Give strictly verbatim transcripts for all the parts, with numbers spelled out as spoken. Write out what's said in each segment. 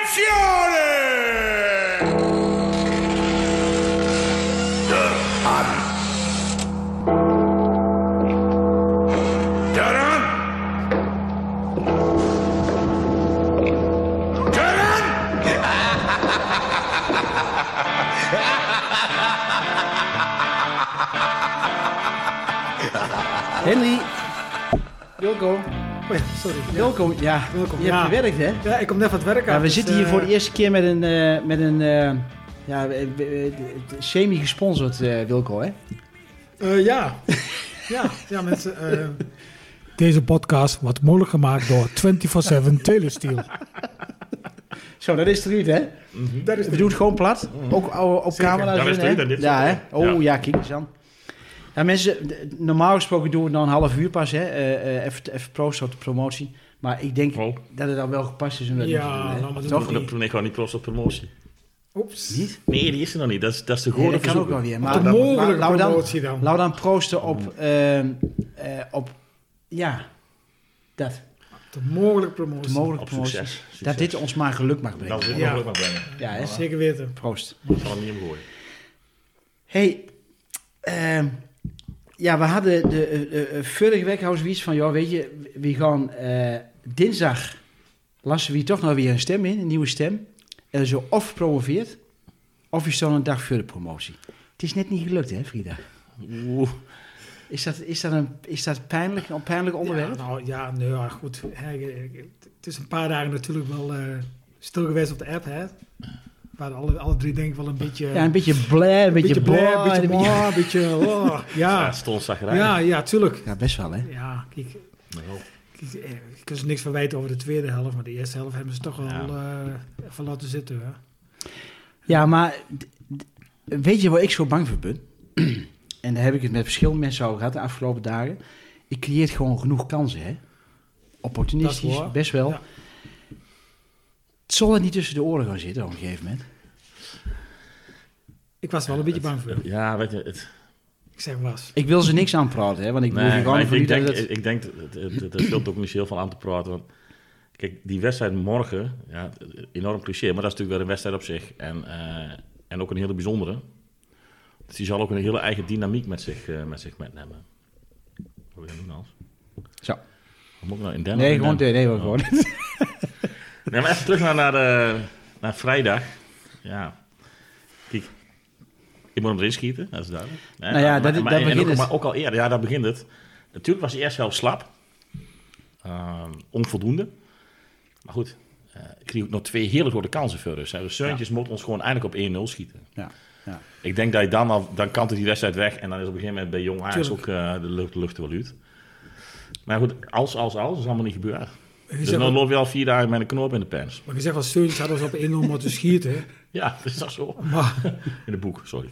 Attenzione! Henry, welkom. Oh ja, sorry. Ja. Welkom. Ja, Welkom. je hebt Ja. gewerkt, hè? Ja, ik kom net van het werk Ja, af. we dus, zitten hier uh, voor de eerste keer met een, uh, met een uh, ja, semi-gesponsord uh, Wilco, hè? Uh, ja. ja, ja, mensen. Uh, Deze podcast wordt mogelijk gemaakt door vierentwintig zeven Telesteel. Zo, dat is eruit, hè? Mm-hmm. Dat is We doen het gewoon plat. Mm-hmm. Ook op, op camera. Dat is hè? eruit, dit Ja, hè? Oh, ja, ja. kijk eens aan. Ja, mensen, d- normaal gesproken doen we het nou een half uur pas, hè? Uh, uh, even, even proosten op de promotie. Maar ik denk Oh. dat het dan wel gepast is om dat Ja, niet te doen, hè? nou, maar dat Toch? doe ik Nee, gewoon niet proost op promotie. Oeps. Niet? Nee, die is er nog niet. Dat is, dat is de Nee, goede dat kan ook verzoek. wel weer. Maar Maar de dan- mogelijke laten we dan- promotie dan. Laten we dan proosten op, uh, uh, op ja, dat. De mogelijke promotie. De mogelijke Op promotie. succes. Succes. Dat dit ons maar geluk mag brengen. Dat is Ja. mogelijk maar brengen. Ja, hè? Zeker weten. Proost. Dat zal hem niet omgooien. Hey, uh, ja, we hadden de uh, uh, vorige week hadden we zoiets van, joh, weet je, we gaan uh, dinsdag lassen we toch nog weer een stem in, een nieuwe stem. En zo of promoveert, of je stond een dag voor de promotie. Het is net niet gelukt, hè, Frida? Oeh. Is dat, is dat, een, is dat pijnlijk, een pijnlijk onderwerp? Ja, nou ja, nee, ja, goed. Hè, het is een paar dagen natuurlijk wel uh, stil geweest op de app, hè. Waar alle, alle drie denk ik wel een beetje... Ja, een beetje blij, een beetje blij, blij, een beetje een beetje- mooi, een beetje... Oh, Ja, ja, stond zagrijnig. ja, ja, tuurlijk. Ja, best wel, hè? Ja, kijk, Nou, kijk, eh, ik kan ze niks verwijten over de tweede helft, maar de eerste helft hebben ze toch wel Ja. uh, even laten zitten, hè. Ja, maar d- d- weet je waar ik zo bang voor ben? En daar heb ik het met verschillende mensen over gehad de afgelopen dagen. Ik creëer gewoon genoeg kansen, hè? Dat Opportunistisch, is waar. best wel. Ja. Het zal er niet tussen de oren gaan zitten op een gegeven moment. Ik was er wel een beetje bang voor. Ja, weet je, het... Ik zeg was. Ik wil ze niks aanpraten, hè? Want ik Nee, bedoel, ik maar gewoon ik, van ik, u dat denk, het... ik denk, het, het, het, het scheelt ook niet zo heel veel aan te praten. Want, kijk, die wedstrijd morgen, ja, enorm cliché, maar dat is natuurlijk wel een wedstrijd op zich. En, uh, en ook een hele bijzondere. Dus die zal ook een hele eigen dynamiek met zich, uh, met zich metnemen. Wat wil je doen, Als? Zo. Wat moet ik nou in Den? Nee, in gewoon... Den? Nee, nee, Oh. gewoon. Nee, maar even terug naar, naar, de, naar vrijdag. Ja. Kijk, ik moet hem erin schieten, dat is duidelijk. Nee, Nou ja, maar, dat- maar, daar en begint ook, het. maar ook al eerder, ja, daar begint het. Natuurlijk was hij eerst wel slap. Uh, onvoldoende. Maar goed, uh, ik kreeg ook nog twee hele grote kansen voor dus. Hè. Dus Seuntjes Ja. moet ons gewoon eindelijk op één nul schieten. Ja, ja. Ik denk dat je dan al, dan kant die wedstrijd weg. En dan is op een gegeven moment bij Jong Ajax ook Tuurlijk. uh, de, lucht, de lucht er wel uit. Maar goed, als, als, als, is allemaal niet gebeurd. Je Dus zegt dan wel- loop je al vier dagen met een knoop in de pens. maar je zegt wel, Steuntjes hadden ze op één nul moeten schieten. Ja, dat is dat zo. Maar, In het boek, sorry.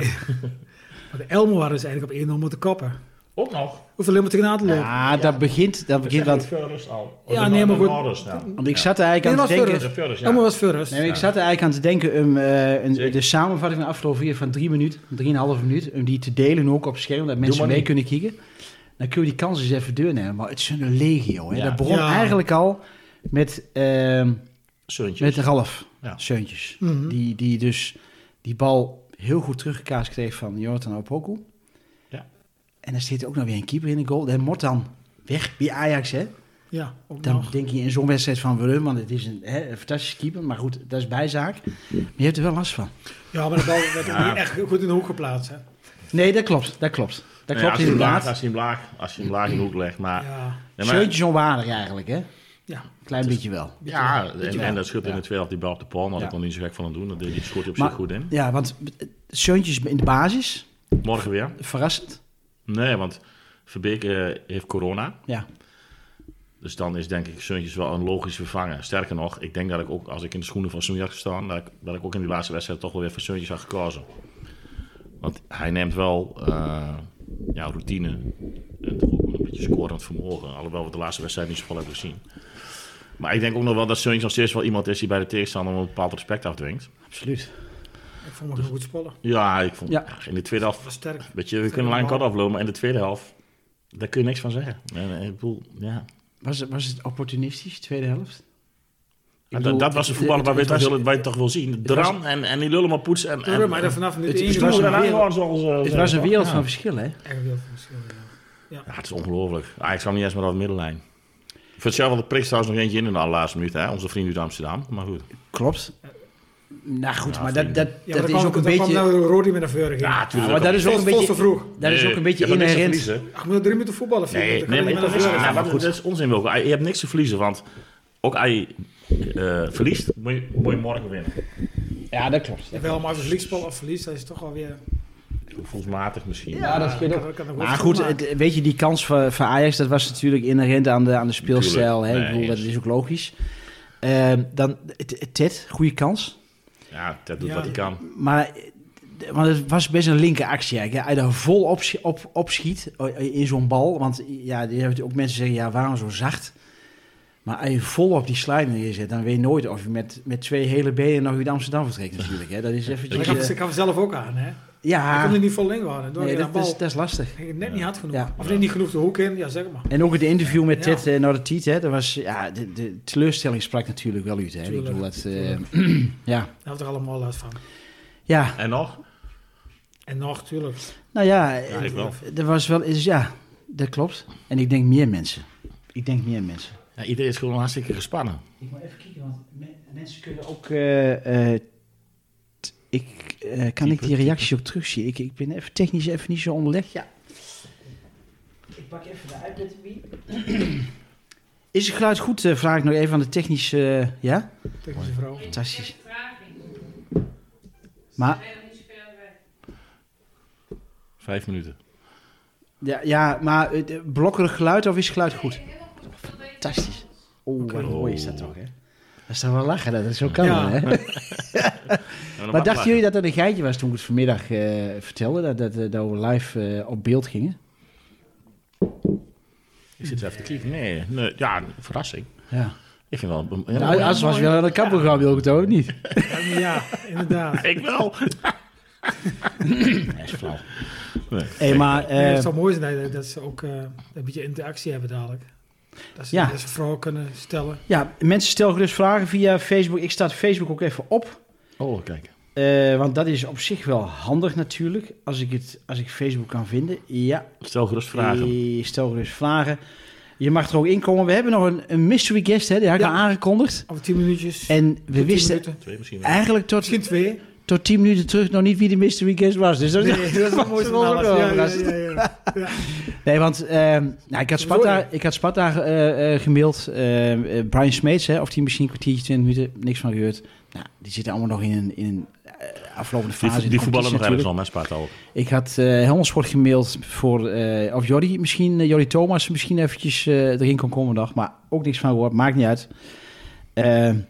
maar de Elmo hadden ze eigenlijk op één nul moeten kappen. Ook nog. Hoef alleen maar tegenaan te lopen. Ja, dat begint... Dat begint want, Furrus al. Ja, nee, maar goed. want ik zat er eigenlijk aan te Nee, denken... was Furus, ja. Elmo was voor rust. Nee, maar ik zat er eigenlijk aan te denken om uh, een, Zeker. de samenvatting van de afgelopen vier van drie minuten, drieënhalve minuut, om die te delen ook op het scherm, dat mensen maar mee niet. kunnen kijken. Dan kun je die kans eens even doornemen. Maar het is een legio. Hè? Ja. Dat begon Ja. eigenlijk al met, uh, Seuntjes. met Ralf Ja. Seuntjes. Mhm. Die, die dus die bal heel goed teruggekaast kreeg van Jonathan Opoku. Ja. En dan zit ook nog weer een keeper in de goal. Dan moet dan weg bij Ajax, hè? Ja, ook Dan nog. denk je in zo'n wedstrijd van waarom, want het is een, hè, een fantastische keeper. Maar goed, dat is bijzaak. Maar je hebt er wel last van. Ja, maar de bal werd ook niet echt goed in de hoek geplaatst. Hè. Nee, dat klopt. Dat klopt. Dat Nee, klopt als, je hem laag, inderdaad. als je hem laag, als je hem laag in de hoek legt. Maar, Ja, ja, maar, Seuntjes onwaardig eigenlijk, hè? ja. Klein beetje wel. ja, en, wel. en dat schudt in Ja. de tweede helft die bal op de paal. Had Ja. ik nog niet zo gek van hem doen. Dat deed hij schot op Maar- zich goed in. Ja, want Seuntjes in de basis, Morgen weer. verrassend. Nee, want Verbeek uh, heeft corona. Ja, Dus dan is denk ik Seuntjes wel een logische vervanger. Sterker nog, ik denk dat ik ook, als ik in de schoenen van Seuntjes had gestaan, dat ik, dat ik ook in die laatste wedstrijd toch wel weer voor Seuntjes had gekozen. Want hij neemt wel uh, ja, routine en toch ook een beetje scorend vermogen. Alhoewel we de laatste wedstrijd niet zoveel hebben gezien. Maar ik denk ook nog wel dat Seuntjes nog steeds wel iemand is die bij de tegenstander een bepaald respect afdwingt. absoluut. Ik vond me dus, goed spullen. Ja, ik vond Ja. in de tweede helft, Was sterk. weet je, we kunnen lang kort aflopen, maar in de tweede helft, daar kun je niks van zeggen. En, ik bedoel, ja. Was het, was het opportunistisch, tweede helft? dat, bedoel, dat was de voetballer waar het- we het toch was- wil, wij toch wil zien. Dran en, en die lullen maar poetsen. En, Toen en, maar er vanaf nu het- één het uur was was een een wereld- wereld. Het was een wereld ja. van verschil, hè? Echt een wereld van verschil, ja. Ja, het is ongelooflijk. Ah, ik zou niet eens maar over de middenlijn. Voor hetzelfde prikt trouwens nog eentje in in de allerlaatste minuut, hè? Onze vriend uit Amsterdam. Maar goed. Klopt. Nou goed, Ja, maar dat, vrienden. dat, Ja, maar dat dan is kwam, ook een dan kwam beetje... nou Rodi met naar voren. Ja, Ja, tuurlijk. maar dat is ook een veel, veel beetje... te vroeg. Dat is ook een beetje je hebt niks te inherent. verliezen. Ach, moet drie minuten voetballen. vier Nee, minuten, nee, kan maar, je dat niet is, meer naar ja, voren. maar goed, dat is onzin, Wilco. Je hebt niks te verliezen, want ook als je uh, verliest, moet je, moet je morgen winnen. Ja, dat klopt. Ja, wel, maar als je verliesspel of verliest, dat is toch wel weer... Gevoelsmatig misschien. Ja, dat scheelt ook. kan, kan ook Maar wel goed, verschil maken. het- weet je, die kans voor, voor Ajax, dat was natuurlijk inherent aan de, aan de speelstijl. Hè? Tuurlijk. Ik bedoel, Nee, dat is ook logisch. Ehm, dan, T- Ted, goede kans. Ja, dat doet Ja, wat hij kan. Maar eh, want het was best een linker actie. Eigenlijk, hè. Als je er vol op, op, opschiet eh, in zo'n bal. Want ja, die hebben ook mensen zeggen, ja, waarom zo zacht? Maar als je vol op die slide neerzet, dan weet je nooit of je met, met twee hele benen nog uit Amsterdam vertrekt natuurlijk. Hè. Dat is Dat eventjes... gaf, eh, dat gaf zelf ook aan, hè? Hij ja, kon er niet vol in gaan. Door nee, je dat, bal dat, is, dat is lastig. ging het net niet hard genoeg. Ja. Of net niet genoeg de hoek in, ja, zeg maar. En ook het interview met Ja. Ted uh, naar de Tiet, hè, dat was, ja, de, de teleurstelling sprak natuurlijk wel uit. Hè. Ik Tuurlijk, bedoel, dat, eh, tuurlijk. ja. Daar had er allemaal last van. ja, En nog? En nog, tuurlijk. nou ja, Ja, ik wel. er was wel, is, ja, dat klopt. En ik denk meer mensen. Ik denk meer mensen. Ja, iedereen is gewoon hartstikke gespannen. Ik moet even kijken, want me- mensen kunnen ook, uh, uh, t- ik uh, kan ik die reacties op terugzien. Ik, ik ben even technisch even niet zo onderlegd. Ja. Ik pak even de iPad erbij. Is het geluid goed? Uh, vraag ik nog even aan de technische, uh, ja? Technische vrouw. Fantastisch. Maar, Vijf minuten. ja, ja, maar uh, blokkerig geluid of is het geluid goed? Fantastisch. Oeh, Oké. wat mooi is dat toch, hè? Dat is toch wel lachen dat het zo kan, Ja. hè? Ja, Maar dachten jullie dat dat een geitje was toen ik het vanmiddag uh, vertelde? Dat, dat, uh, dat we live uh, op beeld gingen? Ik zit even te kijken. Nee, nee, ja, verrassing. Ja. Ik vind wel... Ja, Nou, als was wel aan de kapprogram, wil ik het ook niet. Ja, ja, inderdaad. Ik wel. Dat is flauw. Nee. Hey, maar, Nee, het uh, zou mooi zijn dat, dat ze ook uh, een beetje interactie hebben dadelijk. Dat ze, Ja. dat ze vragen kunnen stellen. ja, mensen stellen gerust vragen via Facebook. Ik sta Facebook ook even op. Oh, kijk. Uh, want dat is op zich wel handig natuurlijk. Als ik, het, als ik Facebook kan vinden. Ja, Stel gerust vragen. Eh, stel gerust vragen. Je mag er ook inkomen. We hebben nog een, een mystery guest, hè, die had ik Ja. al aangekondigd. Over tien minuutjes. En we tien wisten minuten. Twee misschien wel. eigenlijk tot, Misschien twee. tot tien minuten terug nog niet wie de mystery guest was. Dus dat, Nee, dat is het mooiste van was ook alles. wel Ja, ja, verrassend. ja, ja, ja. Nee, want ehm, nou, ik had Sparta, ik had Sparta eh, eh, gemaild. eh, eh, Brian Smeets, hè, of die misschien een kwartiertje, twintig minuten, niks van gehoord. Nou, die zitten allemaal nog in een, in een uh, aflopende fase. Die, in die de voetballen nog competitie ergens al, met Sparta ook. Ik had uh, Helmelsport gemaild voor, uh, of Jordi misschien, uh, Jordi Thomas misschien eventjes uh, erin kon komen nog. Maar ook niks van gehoord, maakt niet uit. Uh, uh,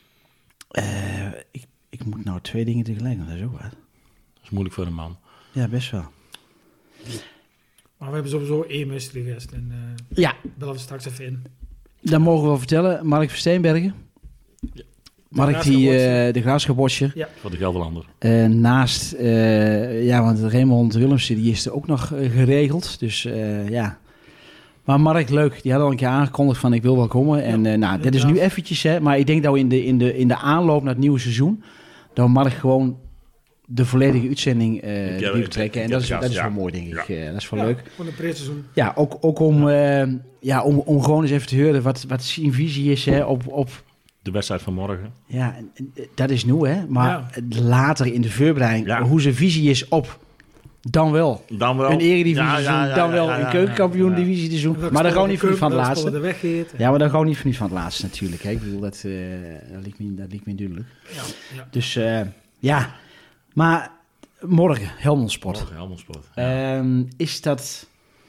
ik, ik moet nou twee dingen tegelijk, want dat is ook wat. Dat is moeilijk voor een man. Ja, best wel. Maar we hebben sowieso één mystery guest. En uh, Ja, bellen we straks even in. dat mogen we wel vertellen. Mark Versteenbergen. Ja. Mark die, uh, de Graafschapwatcher. Ja. Voor de Gelderlander. Uh, naast, uh, ja, want Raymond Willemsen, die is er ook nog uh, geregeld. Dus uh, ja. Maar Mark, leuk. Die had al een keer aangekondigd van ik wil wel komen. En uh, nou, dit is nu eventjes, hè. Maar ik denk dat we in de, in de, in de aanloop naar het nieuwe seizoen, dat we Mark gewoon de volledige uitzending uh, Ja, die betrekken. En dat is, dat is ja. wel mooi, denk ik. Ja. Uh, dat is wel Ja, leuk. Voor een pre-seizoen. Ja, ook, ook om, uh, ja, om, om gewoon eens even te horen wat, wat zijn visie is, hè, op... op De wedstrijd van morgen. ja, dat is nieuw, hè. Maar Ja. later in de voorbereiding, Ja. hoe zijn visie is op... Dan wel. Dan wel. Een eredivisie Ja, seizoen, ja, ja, dan wel ja, ja, een ja. keukenkampioen divisie seizoen. En welke Maar dan spel gewoon niet de van, van het keuken, laatste. welke spel de weggegeten. Ja, maar dan gewoon niet van, niet van het laatste natuurlijk. Hè. Ik bedoel, dat, uh, dat, lijkt me, dat lijkt me duidelijk. Ja, ja. Dus uh, ja, maar morgen, Helmond Sport. Morgen, Helmond Sport. Ja. Um, is dat...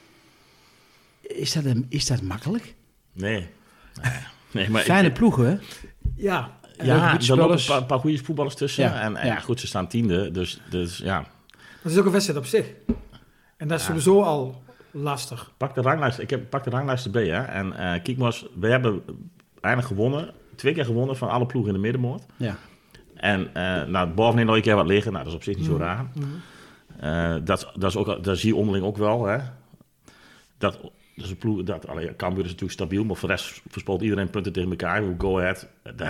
Is dat, een, is dat makkelijk? Nee. Nee, nee maar Fijne ik, ploegen, hè? Ja. Ja, Ja, er buitenspelers. lopen een paar, een paar goede voetballers tussen. Ja, En, en ja. ja, goed, ze staan tiende. Dus, dus ja, Dat is ook een wedstrijd op zich. En dat is Ja. sowieso al lastig. pak de ranglijst. Ik heb pak de ranglijst B, hè. En uh, kijk maar eens, we hebben eigenlijk gewonnen. Twee keer gewonnen van alle ploegen in de middenmoot. Ja. En uh, nou, bovenin nog een keer wat liggen. Nou, dat is op zich niet zo raar. Mhm. Uh, dat, dat, is ook, dat zie je onderling ook wel, hè. Dat, dus een ploeg, dat, allee, Cambuur is natuurlijk stabiel, maar voor de rest verspeelt iedereen punten tegen elkaar. Hoe Go Ahead, daar hebben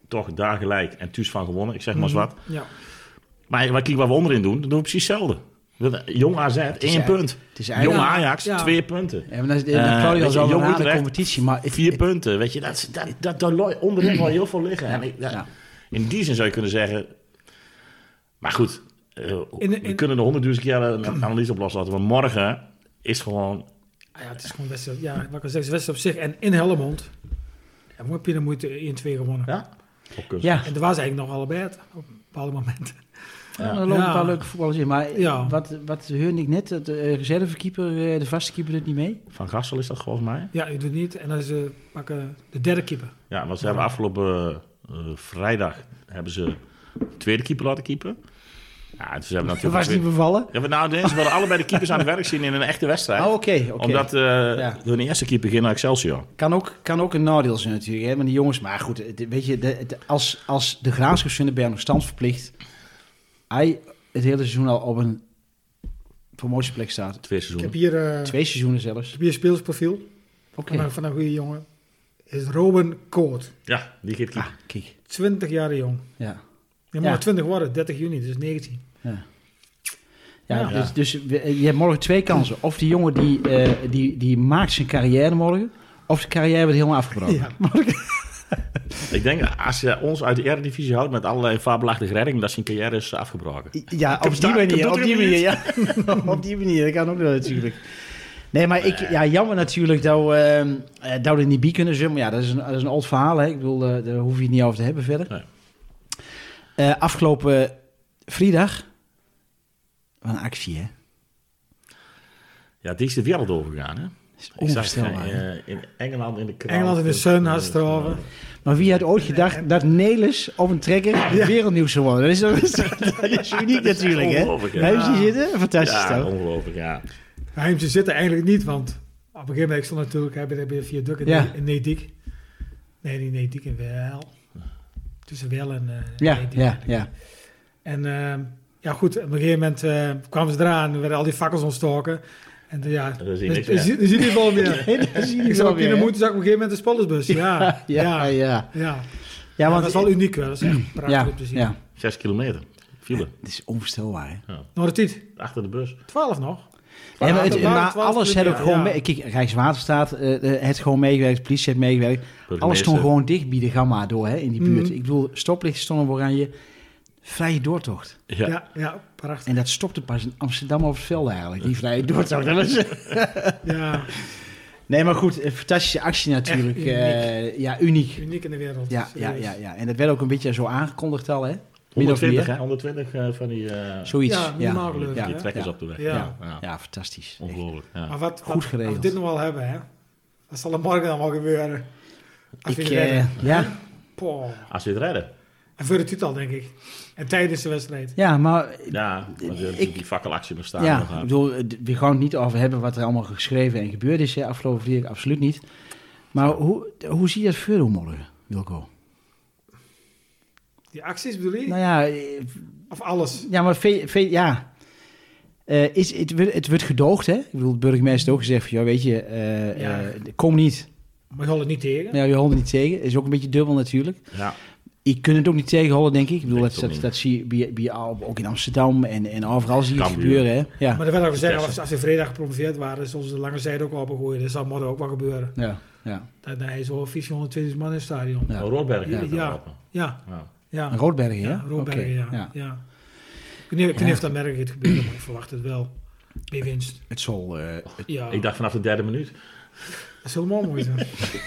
toch daar gelijk en thuis van gewonnen. Ik zeg maar eens wat. Ja. Maar wat, kijk, wat we onderin doen, dan doen we precies hetzelfde. Jong A Z, één punt. Het is Jong eigenlijk... Ajax, Ja. twee punten. Ja, maar dat is dat Eh, Claudio weet al je, zo Jong na de Utrecht, competitie, maar... het- Vier het- punten, weet je, dat, dat, dat, dat, dat onderin wel heel veel liggen. En ik, dat- Ja. In die zin zou je kunnen zeggen... Maar goed, uh, In- we in- kunnen er honderdduizend keer een analyse op loslaten. Maar morgen is gewoon... Ah, ja, het is gewoon wedstrijd. Ja, wat ik al zeg, het is wedstrijd op zich. En in Helmond, ja, moet je dan moet één twee gewonnen. Ja, op kunst. Ja, En er was eigenlijk nog allebei het, op bepaalde momenten. ja. Ja. er lopen Ja. een paar leuke voetballers in. Maar Ja. wat, wat hoorde ik net, de uh, reservekeeper, uh, de vaste keeper doet niet mee? Van Gassel is dat volgens mij. Ja, je doet niet. En dan is ze pakken de derde keeper. Ja, want ze hebben afgelopen uh, vrijdag hebben ze de tweede keeper laten keeper. Ja, dus ze hebben Dat natuurlijk... was niet bevallen? Ja, maar nou, ze wilden allebei de keepers aan het werk zien in een echte wedstrijd. Oh, oké. oké. Omdat uh, Ja. hun eerste keeper ging naar Excelsior. Kan ook, kan ook een nadeel zijn natuurlijk, hè, maar die jongens... Maar goed, het- weet je, de, het- als, als de Graafschap Sunderberg nog stand verplicht... hij het hele seizoen al op een promotieplek staat. Twee Ik heb seizoenen. hier, uh, Twee seizoenen zelfs. ik heb hier een speelsprofiel Oké. van, een, van een goede jongen. Is Robin Koort. Ja, die geeft keeper. Ah, kijk. twintig jaar jong. Ja. Je Ja. mag twintig worden, dertig juni, dus negentien. Ja. Ja, Ja. dus, dus we- je hebt morgen twee kansen. Of die jongen die, eh, die, die maakt zijn carrière morgen... of de carrière wordt helemaal afgebroken. Ja. Ik denk, als je ons uit de Eredivisie houdt met allerlei fabelachtige reddingen, dat zijn carrière is afgebroken. Ja, op die sta- ik manier. heb Op dat die er niet. manier, ja. Op die manier, dat kan ook wel natuurlijk. Nee, maar ik, ja, jammer natuurlijk dat we, eh, dat we er niet bij kunnen zijn. Maar ja, dat is een, dat is een oud verhaal. Hè. Ik bedoel, eh, daar hoef je het niet over te hebben verder. Nee. Eh, afgelopen vrijdag, wat een actie, hè. Ja, die is de wereld overgegaan, hè? Dat is Ik zag onvoorstelbaar. uh, hè. in Engeland in de krant. Engeland in de Sun had ze erover. Maar wie had ooit gedacht dat Nelis op een trekker wereldnieuws zou worden? Dat is, dat is, dat is uniek natuurlijk, hè. Ongelooflijk, hè? Heb je zien zitten? Fantastisch, Ja, toch? ongelooflijk, ja. Heimse zitten eigenlijk niet, want op een gegeven moment stond natuurlijk hij bij de viaduct in, Ja. Ne- in Nediek. Nee, niet Nediek, in Wel. Tussen Wel en uh, Ja, ja, ja. En uh, ja, goed, op een gegeven moment uh, kwamen ze eraan, werden al die fakkels ontstoken. En uh, ja, Dat is niks dus- meer. dus- dus zie je niet wel meer. Nee, dat zie je Ik niet zou wel op je meer, hè. moeten, zag ik op een gegeven moment de spollersbus. Ja, Ja, ja, ja. ja. Ja, ja. ja, want... dat is wel uniek, wel. Dat is echt prachtig Ja, om te zien. ja. Zes kilometer. File. Het is onvoorstelbaar, hè. Nog een tijd. Achter de bus. twaalf nog. Ja, maar, het- Ja, maar twaalf alles had ook minuten, gewoon... ja. mee- Kijk, Rijkswaterstaat uh, het gewoon meegewerkt, de politie heeft meegewerkt. Alles Burgemeester. stond gewoon dicht bij de gamma door, hè, in die buurt. Mhm. Ik bedoel, stoplichten stonden op oranje. Vrije doortocht. Ja. Ja, ja, prachtig. En dat stopte pas in Amsterdam over het veld eigenlijk, die vrije doortocht. Dat was... Ja, Nee, maar goed, een fantastische actie natuurlijk. Echt uniek. Uh, ja, uniek. uniek in de wereld. Ja, ja, Serieus. ja, ja. En dat werd ook een beetje zo aangekondigd al, hè? Min of honderdtwintig, meer. hè? honderdtwintig uh, van die, uh, Zoiets. Ja, Ja, minimaal ja, geloof ik, ja, die hè? trekkers ja. op de weg. Ja. Ja. Ja, fantastisch. Echt. Ongelooflijk. Ja. Maar wat, Goed wat, geregeld. als we dit nog wel hebben, hè? Wat zal er morgen dan wel gebeuren? Als Ik, we het eh, redden. ja, Poh. Als we het redden. En voor de titel, denk ik. En tijdens de wedstrijd. ja, maar Ja, want die, Ik- die fakkelactie bestaan ja, nog. ik aan. bedoel, eh, we gaan het niet over hebben wat er allemaal geschreven en gebeurd is hè, afgelopen vrijdag, absoluut niet. Maar hoe, hoe zie je dat voor morgen, Wilco? Die acties bedoel je? Nou ja, eh, Of alles? ja maar ve, ve- ja. Eh, is, het, wordt- het wordt gedoogd, hè? Ik bedoel, de burgemeester heeft ook gezegd van, ja, weet je, eh, Ja. eh, kom niet. Maar je houdt het niet tegen. Nou, je holt er niet tegen. Is ook een beetje dubbel natuurlijk. Ja. Je kunt het ook niet tegenhouden, denk ik. Ik bedoel, Nee, dat, toch dat, niet. dat zie je bij, bij, ook in Amsterdam en, en overal zie je het Cambuur. gebeuren, hè? Ja, Maar dat wil ik zeggen, Tessen. als, als ze vrijdag gepromoveerd waren, zullen ze de lange zijde ook opengooien. Dat zal morgen ook wel gebeuren. ja, ja. Dan dan is zo'n visie honderdtwintig man in het stadion. Ja. Oh, Roodberg Ja, gaat ja. er open. Ja, Ja. ja. Een Roodbergen, ja? Ja, Roodbergen, Oké, ja. ja. ja. Ik weet niet, ik weet Ja. niet of dat merk het gebeuren, maar ik verwacht het wel. Bij winst. Het zal... eh, het- Ja, Ik dacht vanaf de derde minuut. dat is helemaal mooi zijn.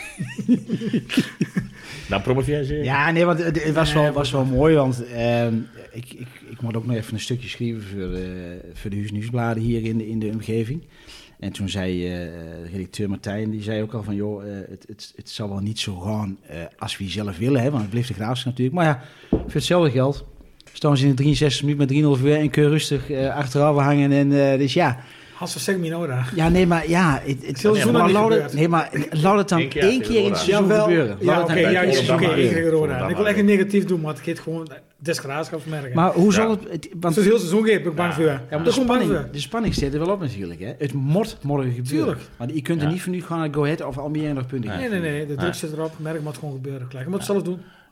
Nou, promoveer ze. ja, nee, want het, het was, Nee, wel, was wel mooi, want ehm, ik, ik, ik moet ook nog even een stukje schrijven voor, eh, voor de Huis Nieuwsbladen hier in de, in de omgeving. En toen zei eh, redacteur Martijn, die zei ook al van, joh, eh, het, het, het zal wel niet zo gaan eh, als we zelf willen, hè, want het bleef de Graafschap natuurlijk. Maar ja, voor hetzelfde geld staan ze in de drieënzestig minuten met drie nul voor en kun je rustig eh, achteraf hangen. En eh, dus ja, Hans van Segmi Noda. ja, nee, maar ja, het, het, Heel maar seizoen laat niet het- gebeurd. nee, maar laat het dan Eén keer één tegen keer in het Roda. seizoen Jawel. gebeuren. Ja, Laat het oké, dan ja, één keer is in het oké. seizoen Ik gebeuren. kreeg Roda. Volendam En ik wil echt maar. niet negatief doen, maar ik heet gewoon desgraafschapsmerken. Maar hoe zal Ja. het... het- Als want, het heel seizoen geeft, ben ik bang Ja. voor. ja, maar Dat de, is gewoon bang spanning, voor. de spanning zit er wel op natuurlijk. Hè. Het moet morgen gebeuren. Tuurlijk. Want je kunt er Ja. niet van nu gaan naar Go Ahead of Almere nog punten Nee, geven. nee, nee. De druk Nee. zit erop. Merk moet gewoon gebeuren gelijk. Je moet het zelf doen.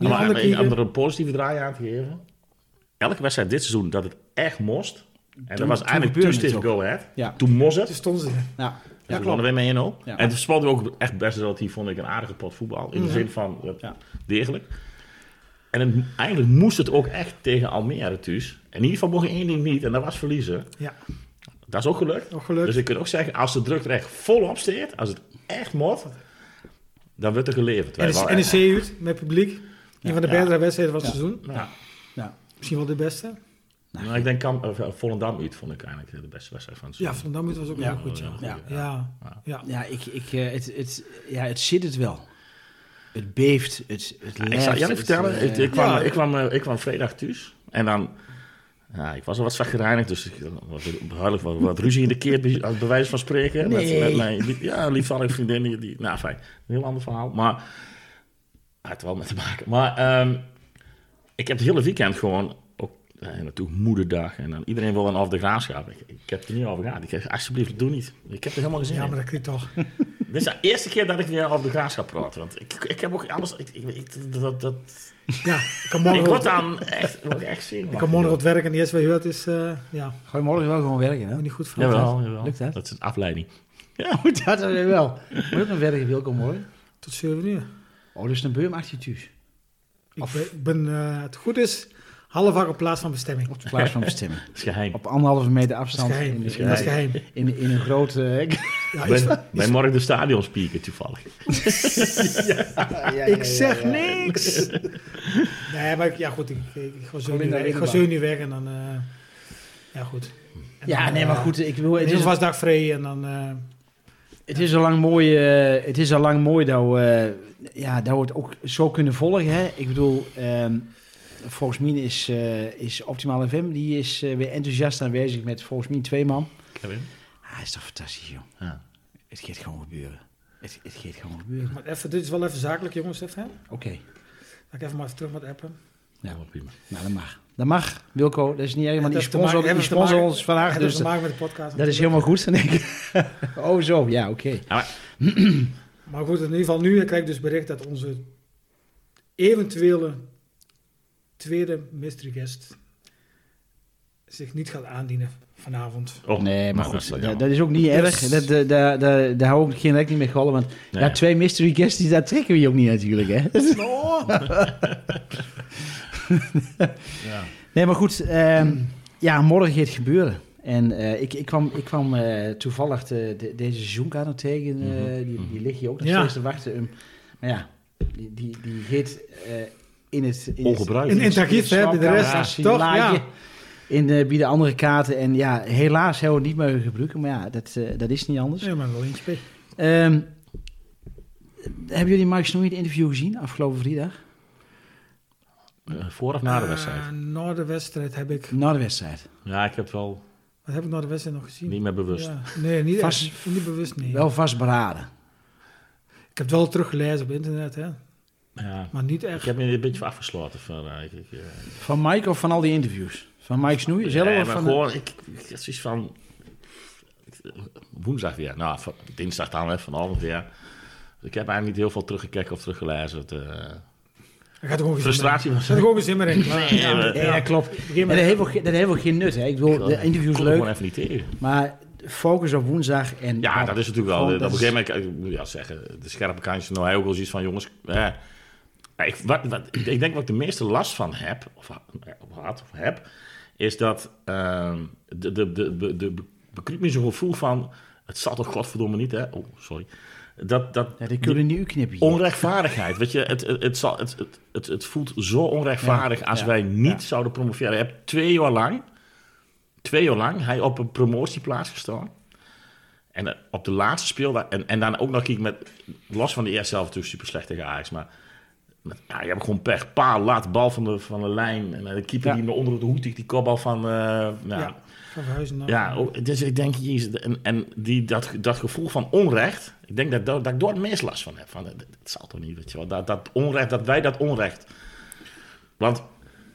Die maar andere om er keer- een positieve draai aan te geven. Elke wedstrijd dit seizoen dat het echt moest. En dat Toen- was toen eigenlijk gebeurde tussen het tegen ook. Go Ahead. Ja. Toen moest Toen het. stonden ze er. Ja. Ja, Ja, wonnen we met één nul. Ja. En toen speelden we ook echt best relatief, vond ik, een aardige pot voetbal. In de Ja. zin van uh, Ja. degelijk. En het, eigenlijk moest het ook echt tegen Almere thuis. In ieder geval mocht je één ding niet, en dat was verliezen. Ja, Dat is ook gelukt. nog gelukt. Dus ik kan ook zeggen, als de druk er echt volop staat, als het echt moet, dan wordt er geleverd. Wij wel N E echt- C uit, met publiek. Een van de Ja. betere wedstrijden van het Ja. seizoen. Ja. Ja. Misschien wel de beste. Nou, ik denk kan, uh, Volendam uit vond ik eigenlijk de beste wedstrijd van het Ja, seizoen. Volendam was ook Ja. heel goed, ja. Ja. Ja, ja. Ja, ik, ik, eh, het, het, ja, het zit het wel. Het beeft, het, het Ja, ik left, zal je het, vertellen, eh, ik, ik, kwam, ja. ik, kwam, uh, ik kwam vrijdag thuis en dan, ja, ik was al wat zagrijnig, dus ik was behoorlijk wat, wat ruzie in de keer, be- als bewijs van spreken. Nee. Met, met mijn lief- ja, liefvallige vriendin, die, die, nou fijn, een heel ander verhaal, maar het had er wel mee te maken. Maar ehm, ik heb het hele weekend gewoon, ook, en natuurlijk moederdag, en dan iedereen wil een af de graafschap. Ik, ik heb het er niet over gehad. Ik zeg, alsjeblieft, doe niet. Ik heb er helemaal gezien. Ja, maar dat klinkt toch. Dit is de eerste keer dat ik weer over de graafschap praat. Want ik, ik heb ook alles. Ik, ik, ik- dat, dat, Ja, ik kan ik morgen, word op, dan echt, word echt zien. ik kan morgen op het werk en die eerste wat je hoort is, uh, ja, Ga je morgen wel gewoon werken, hè? niet goed van. Jawel, jawel. Lukt dat? Dat is een afleiding. Ja, moet dat dan weer wel. Moet je ook nog werken, Wilco, morgen? Tot zeven uur. Oh, dus een beum achter je thuis. Ik Of- ben, ik ben uh, het goed is, half acht op plaats van bestemming. Op de plaats van bestemming. Dat is geheim. Op anderhalve meter Dat is afstand. geheim. In, Dat in, is geheim. in, in een grote... hek. Ja, is, Bij, bij morgen de stadion speaker toevallig. ik zeg niks. Nee, maar ik, ja goed, ik, ik, ik ga zo Alleen nu naar weg. Ik ga Lindenbouw. zo nu weg en dan, uh, ja goed. En Ja, dan, nee, maar uh, goed, ik wil... Het Het is is, was dag vrij en dan, uh, het is al lang mooi, eh, het is al lang mooi dat we, eh, ja, dat we het ook zo kunnen volgen, hè. Ik bedoel, ehm, volgens mij is, eh, is Optimal F M, die is eh, weer enthousiast aanwezig met volgens mij twee man. Kevin? Ah, is toch fantastisch, joh. Ja. Het gaat gewoon gebeuren. Het, het gaat gewoon gebeuren. maar even, dit is wel even zakelijk jongens, even. Hè? Oké. Laat ik even maar even terug met appen. Ja, wel prima. nou, dat mag. Dat mag, Wilco. Dat is niet erg, want die Het heeft te maken- sponsor, die heeft te sponsor maken- ons vandaag, Het dus heeft te dat, maken met de podcast. dat is natuurlijk. helemaal goed, denk ik. Oh, zo. Ja, oké. Maar goed, in ieder geval nu krijg ik dus bericht dat onze eventuele tweede mystery guest zich niet gaat aandienen vanavond. Oh, Nee, maar nou, goed, is dat, jammer. dat is ook niet Dus- erg. Dat, dat, dat, dat, daar hou ik geen rekening mee gehouden, want Nee. ja, twee mystery guests, die- daar trekken we je ook niet natuurlijk, hè. Ja. Nee, maar goed, ehm, ja, morgen gaat het gebeuren. En eh, ik, ik kwam, ik kwam eh, toevallig de, de, deze seizoenkaart nog tegen, eh, Mhm. die, die ligt hier ook nog Ja. steeds te wachten. Um, maar ja, die, die, die gaat eh, in het... In Ongebruikt. In, in het archief, hè, bij de rest. Ja, toch? laadje. Ja. In de, bij de andere kaarten. En ja, helaas hebben we het niet meer gebruiken. Maar ja, dat, eh, dat is niet anders. Ja, maar wel eentje bij. Ehm, hebben jullie Mike Snoei het interview gezien afgelopen vrijdag? Uh, voor of na de wedstrijd? Uh, na de wedstrijd heb ik... Na de wedstrijd. Ja, ik heb het wel Wat heb ik na de wedstrijd nog gezien? niet meer bewust. Ja. Nee, niet, Vast- echt, niet bewust, nee. Wel vastberaden. Ik heb het wel teruggelezen op internet, hè. Ja. Maar niet Ik echt. heb me een beetje afgesloten. Van, uh, ik, ik, uh, Van Mike of van al die interviews? Van Mike Snoei zelf? nee, of maar van gewoon, ik, ik had zoiets van... Woensdag weer. Nou, van- dinsdag dan weer, vanavond weer. Dus ik heb eigenlijk niet heel veel teruggekeken of teruggelezen. Het, uh, Er gaat er gewoon geen frustratie zin meer in. was... Er gaat er gewoon geen zin meer in. Maar, Nee, ja, maar- Ja, dat klopt. begin En met- dat heeft ook, ge- dat heeft ook geen nut, hè. Ik bedoel, de interviews kon er gewoon leuk, even niet tegen. maar focus op woensdag. En Ja, dat is natuurlijk wel... gewoon, Dat op dat een is- gegeven moment, ik moet ja, zeggen, de scherpe kantjes, nou hij ook wel zoiets van, jongens... Eh, ik, wat, wat, ik, ik denk wat ik de meeste last van heb, of, of had, of heb, is dat uh, de, de, de, de, de bekruipt me zo'n gevoel van, het zal toch godverdomme niet, hè? Oh, sorry. Dat, dat, Ja, die kunnen niet u knippen. hier. onrechtvaardigheid, weet je, het, het, het, zal, het, het, het, het voelt zo onrechtvaardig Ja, als ja, wij niet ja. zouden promoveren. Je hebt twee jaar lang, twee jaar lang, hij op een promotieplaats gestaan. En uh, op de laatste speeldag, en, en dan ook nog kijk met, los van de eerste helft natuurlijk super slecht tegen Ajax, maar met, ja, je hebt gewoon pech, paal, laat, bal van de, van de lijn, en de keeper Ja. die naar onder de hoed, die, die kopbal van, uh, nou, Ja, ja, van Verhuizen naar... ja ook, dus ik denk, jezus, en, en die, dat, dat gevoel van onrecht, ik denk dat, dat, dat ik door het meest last van heb. Van, dat, dat zal toch niet, weet je wel. Dat, dat onrecht, dat wij dat onrecht. Want,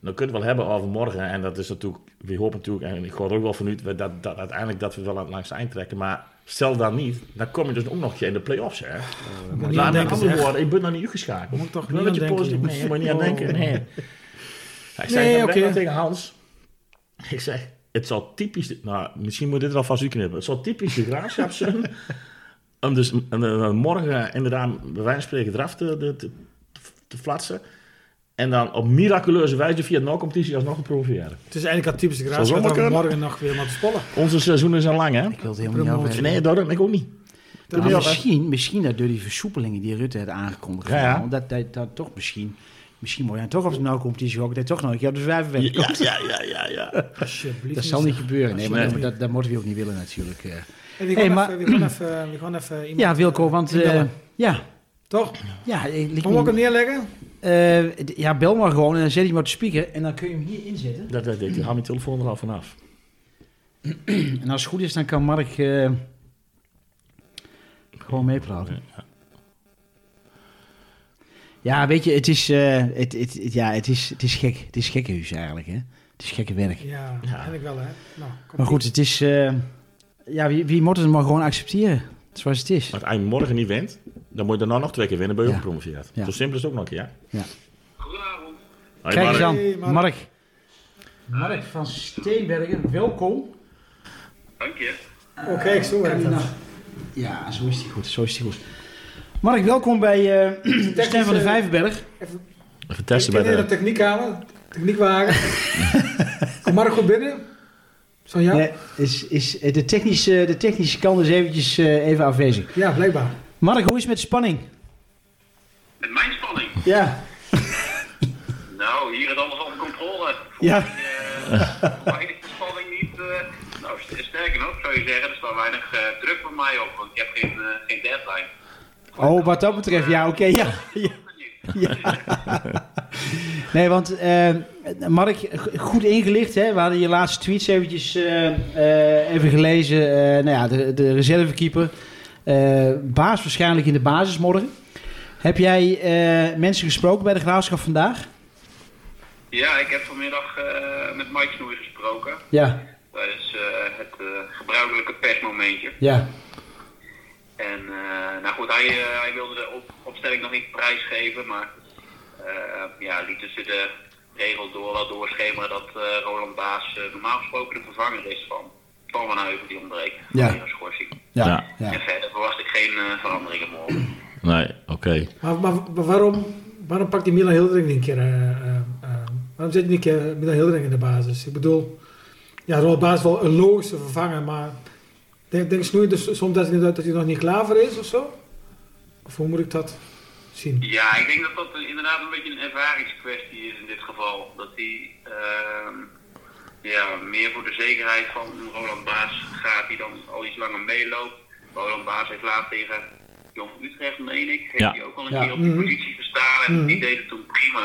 dan kun je het wel hebben over morgen. En dat is natuurlijk, we hopen natuurlijk, en ik hoor ook wel vanuit, dat, dat, dat uiteindelijk dat we wel langs het eind trekken. Maar stel dan niet, dan kom je dus ook nog een keer in de play-offs. Hè. Uh, maar laat met andere woorden, ik ben nog niet uitgeschakeld. Moet toch niet niet je aan positief, denken. nee, moet je niet aan denken. Nee. Ja, ik zei Nee, nee, oké. tegen Hans, ik zeg, het zal typisch, nou misschien moet dit er alvast uitknippen. Het zal typisch de Graafschap zijn om dus um, um, morgen inderdaad bij wijze van spreken eraf te, te, te, te flatsen. En dan op miraculeuze wijze via de no-competitie alsnog te promoveren. Het is eigenlijk al typisch de Zal Graafschap zomaar dat we kunnen. morgen nog weer moeten spollen. Onze seizoenen zijn lang, hè? Ik wil het helemaal niet over Nee, dat ik ook niet. Dat Maar is- misschien, misschien dat door die versoepelingen die Rutte had aangekondigd. Ja, ja. van, Dat, dat, dat toch misschien... Misschien moet je dan toch op de no-competitie ook. Dat toch nog een keer op de vijver Ja, weg. ja, ja, ja, ja. Alsjeblieft. Dat zal niet gebeuren. Nee, maar Nee. dat, dat, dat moeten we ook niet willen natuurlijk. eh. Hey, we, Hey, gaan maar- even, we gaan even, we gaan even iemand... Ja, Wilco, want... eh, inbellen. ja, Toch? ja, ik, ik, Gaan we ook hem neerleggen? eh, d- ja, bel maar gewoon en dan zet je hem op de speaker en dan kun je hem hier inzetten. Dat weet ik. Ik haal mijn telefoon er al vanaf. En als het goed is, dan kan Mark eh, gewoon meepraten. Ja, weet je, het is, eh, het, het, het- ja, het is, het is gek. Het is gekkenhuis eigenlijk, hè. Het is gekke werk. Ja, Ja. eigenlijk wel, hè. Nou, kom Maar goed, het is... eh, ja, wie, wie moet het maar gewoon accepteren? Zoals het is. Als hij morgen niet wint, dan moet je daarna nog twee keer winnen bij je Ja. gepromoveerd. Ja. Zo simpel is het ook nog een keer. Ja. Goedenavond. Hoi, Kijk eens Mark. aan, Hey, Mark. Mark. Mark van Steenbergen, welkom. Dank je. Oh, kijk, zo werkt Kan dat. je nou- Ja, zo is die goed, zo is die goed. Mark, welkom bij eh de Stem van de Vijverberg. Even, Even testen bij in de de... techniekkamer, techniekwagen. Kom Mark goed binnen. Zo ja? Nee, is, is de, technische, de technische kant is eventjes eh, even afwezig. Ja, blijkbaar. Mark, hoe is het met de spanning? Met mijn spanning. Ja. Nou, hier is alles onder controle. Ja. Uh, weinig de spanning niet. Uh, nou, st- sterker nog, zou je zeggen, er staat weinig uh, druk voor mij op, want ik heb geen, uh, geen deadline. Oh, wat dat betreft, ja, oké, ja. ja. Ja. Nee, want eh, Mark, g- goed ingelicht, hè? We hadden je laatste tweets eventjes eh, eh, even gelezen. Eh, nou ja, de, de reservekeeper. Eh, baas waarschijnlijk in de basis morgen. Heb jij eh, mensen gesproken bij de Graafschap vandaag? Ja, ik heb vanmiddag uh, met Mike Snoei gesproken. Ja, Tijdens uh, het uh, gebruikelijke persmomentje. ja, En uh, nou goed, hij, uh, hij wilde de op, opstelling nog niet prijsgeven, maar uh, ja, liet tussen de regels door wel doorschemeren dat uh, Roland Baas uh, normaal gesproken de vervanger is van Van Van Heuvel die ontbreekt. Ja. Vanwege een schorsing. ja, Ja. ja. En verder verwacht ik geen uh, veranderingen morgen. Nee, oké. Okay. Maar, maar, maar waarom, waarom pakt die Milan Hildering niet een keer... Uh, uh, uh, waarom zet je niet een keer Milan Hildering in de basis? Ik bedoel, ja, Roland Baas is wel een logische vervanger, maar... Denk, denk Snoei dus soms dat hij, dat hij nog niet klaar voor is of zo? Of hoe moet ik dat zien? Ja, ik denk dat dat inderdaad een beetje een ervaringskwestie is in dit geval. Dat hij uh, ja, meer voor de zekerheid van Roland Baas gaat, die dan al iets langer meeloopt. Roland Baas heeft laat tegen Jong Utrecht, meen ik, heeft Ja. hij ook al een Ja. keer op die Mhm. positie gestaan en Mhm. die deed het toen prima.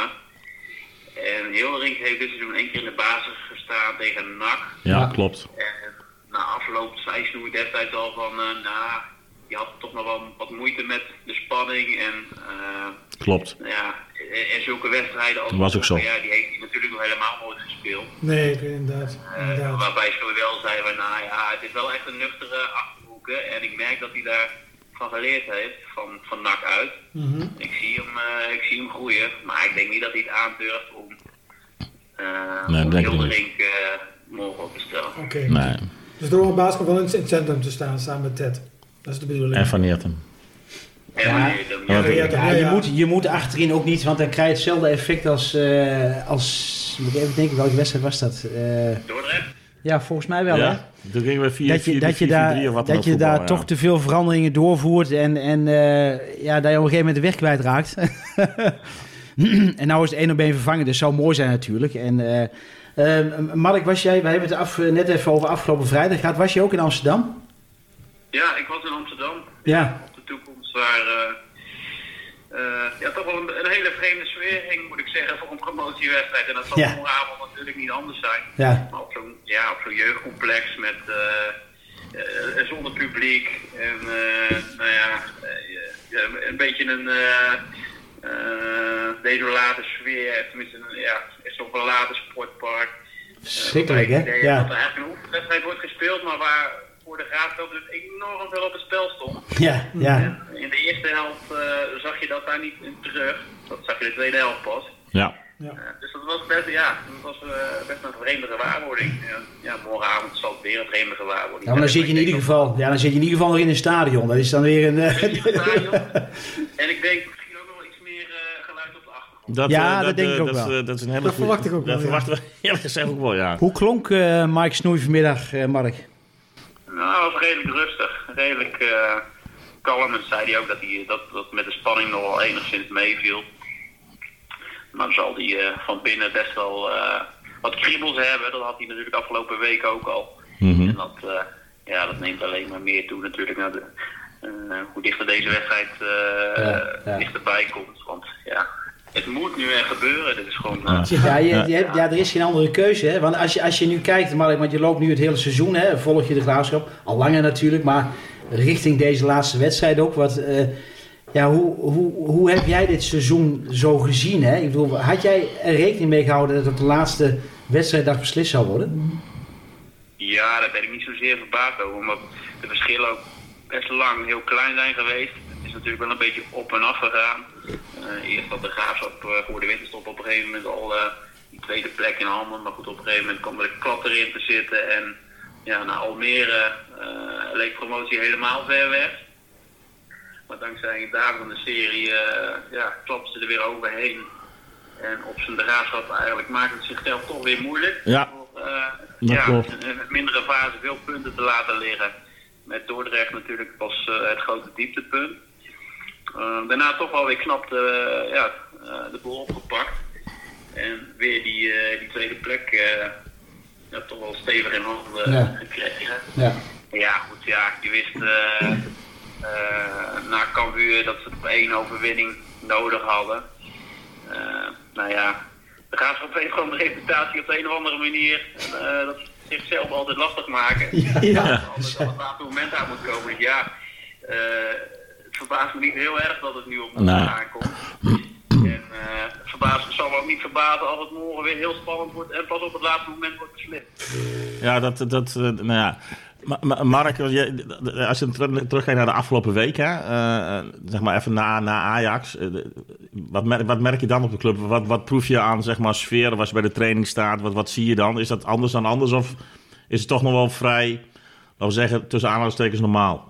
En Hilderink heeft dit seizoen één keer in de basis gestaan tegen N A C. Ja, Ja. klopt. En na afloop zei Snoei destijds al van, uh, nou, je had toch nog wel wat moeite met de spanning en uh, Klopt. ja, en, en zulke wedstrijden als Dat was ook zo. Ja, die heeft hij natuurlijk nog helemaal nooit gespeeld. Nee, ik weet inderdaad. Uh, inderdaad. waarbij Snoei wel zei van, nou ja, het is wel echt een nuchtere achterhoeken en ik merk dat hij daar van geleerd heeft, van, van N A C uit. Mhm. Ik zie hem, uh, ik zie hem groeien, maar ik denk niet dat hij het aandurft om, uh, Nee, om denk ik Hilderink uh, morgen op te stellen. Oké. Nee. Dus de Roland Baas komt wel in het centrum te staan, samen met Ted. Dat is de bedoeling. En Van Neerten. En Ja. wanneer je dan- Ja, ja, Ja, ja, je, ja. moet, je moet achterin ook niet, want dan krijg je hetzelfde effect als... eh, als moet ik even denken, welke wedstrijd was dat? Eh, Dordrecht? ja, volgens mij wel, hè? Ja, toen gingen we vier Dat je, vier dat je vier daar, drie of wat dat dan je ook daar voetbal, toch te veel veranderingen doorvoert en, en eh, ja, dat je op een gegeven moment de weg kwijtraakt. En nou is het één op één vervangen, dus zou mooi zijn natuurlijk. En eh, eh, Mark, was jij, wij hebben het af, net even over afgelopen vrijdag gehad, was je ook in Amsterdam? Ja, ik was in Amsterdam. Ja. Op de toekomst waar uh, uh, ja, toch wel een, een hele vreemde sfeer hing, moet ik zeggen, voor een promotiewedstrijd. En dat zal Ja. morgenavond natuurlijk niet anders zijn. Ja, Maar op zo'n ja, op zo'n jeugdcomplex met uh, uh, zonder publiek en uh, nou ja, uh, een beetje een uh, uh, desolate sfeer. Tenminste, een, ja, zo'n verlaten sportpark. Schrikkelijk, uh, hè? Idee Ja. dat er eigenlijk een oefenwedstrijd wordt gespeeld, maar waar voor de Graafschap dus enorm veel op het spel stond. Ja, ja. En in de eerste helft uh, zag je dat daar niet in terug. Dat zag je de tweede helft pas. Ja. Ja. Uh, dus dat was best, ja, dat was uh, best een vreemde gewaarwording. Uh, ja, morgenavond zal het weer een vreemde gewaarwording. Ja, maar dan zit je in ieder geval, ja, dan zit je in ieder geval nog in een stadion. Dat is dan weer een. Uh... En ik denk misschien ook nog wel iets meer uh, geluid op de achtergrond. Dat, Ja, uh, dat dat denk ik ook dat, wel. Uh, dat is een hele Dat goeie- verwacht ik ook wel, Dat ja. verwachten we, ja, dat zeg ik ook wel, ja. Hoe klonk uh, Mike Snoei vanmiddag, uh, Mark? Nou, het was redelijk rustig, redelijk uh, kalm. En zei hij ook dat, hij, dat, dat met de spanning nog wel enigszins meeviel. Maar dan zal hij uh, van binnen best wel uh, wat kriebels hebben. Dat had hij natuurlijk afgelopen week ook al. Mhm. En dat, uh, ja, dat neemt alleen maar meer toe natuurlijk naar de, uh, hoe dichter deze wedstrijd uh, Ja, ja. dichterbij komt. Want ja, het moet nu echt gebeuren. Dit is gewoon... Uh, Ja, je, je hebt, ja, er is geen andere keuze. Hè? Want als je, als je nu kijkt, Mark, want je loopt nu het hele seizoen, hè, volg je de Graafschap. Al langer natuurlijk, maar richting deze laatste wedstrijd ook. Wat, uh, ja, hoe, hoe, hoe heb jij dit seizoen zo gezien? Hè? Ik bedoel, had jij er rekening mee gehouden dat het de laatste wedstrijddag beslist zou worden? Ja, daar ben ik niet zozeer verbaasd over, omdat de verschillen ook best lang heel klein zijn geweest. Het is natuurlijk wel een beetje op en af gegaan. Uh, eerst had de Graafschap uh, voor de winterstop op een gegeven moment al uh, die tweede plek in handen. Maar goed, op een gegeven moment kwam er een klap erin te zitten. En ja, na Almere uh, leek promotie helemaal ver weg. Maar dankzij een daverende serie uh, ja, klapten ze er weer overheen. En op zijn de Graafschap eigenlijk maakt het zichzelf toch weer moeilijk. Ja. Uh, Dat ja, klopt. in een mindere fase veel punten te laten liggen. Met Dordrecht natuurlijk was uh, het grote dieptepunt. Uh, daarna toch wel weer knap de, ja, uh, de boel opgepakt. En weer die, uh, die tweede plek uh, ja, toch wel stevig in handen uh, Ja. gekregen. Ja. Ja goed, ja, je wist uh, uh, na Cambuur dat ze op één overwinning nodig hadden. Uh, nou ja, de Graafschap heeft gewoon de reputatie op de een of andere manier uh, dat ze zichzelf altijd lastig maken. Ja, ja. Dat er altijd op het laatste moment aan moet komen. Dus ja, uh, het verbaast me niet heel erg dat het nu op ons Nee. aankomt. En uh, het, verbaast, het zal me ook niet verbazen als het morgen weer heel spannend wordt en pas op het laatste moment wordt beslist. Ja, dat, dat, uh, nou ja. Ma- Ma- Mark, je- als je terug- terugkijkt naar de afgelopen week, hè, uh, zeg maar even na, na Ajax, uh, wat, merk, wat merk je dan op de club? Wat, wat proef je aan, zeg maar, sfeer als je bij de training staat? Wat, wat zie je dan? Is dat anders dan anders of is het toch nog wel vrij, laten we zeggen, tussen aanhalingstekens normaal?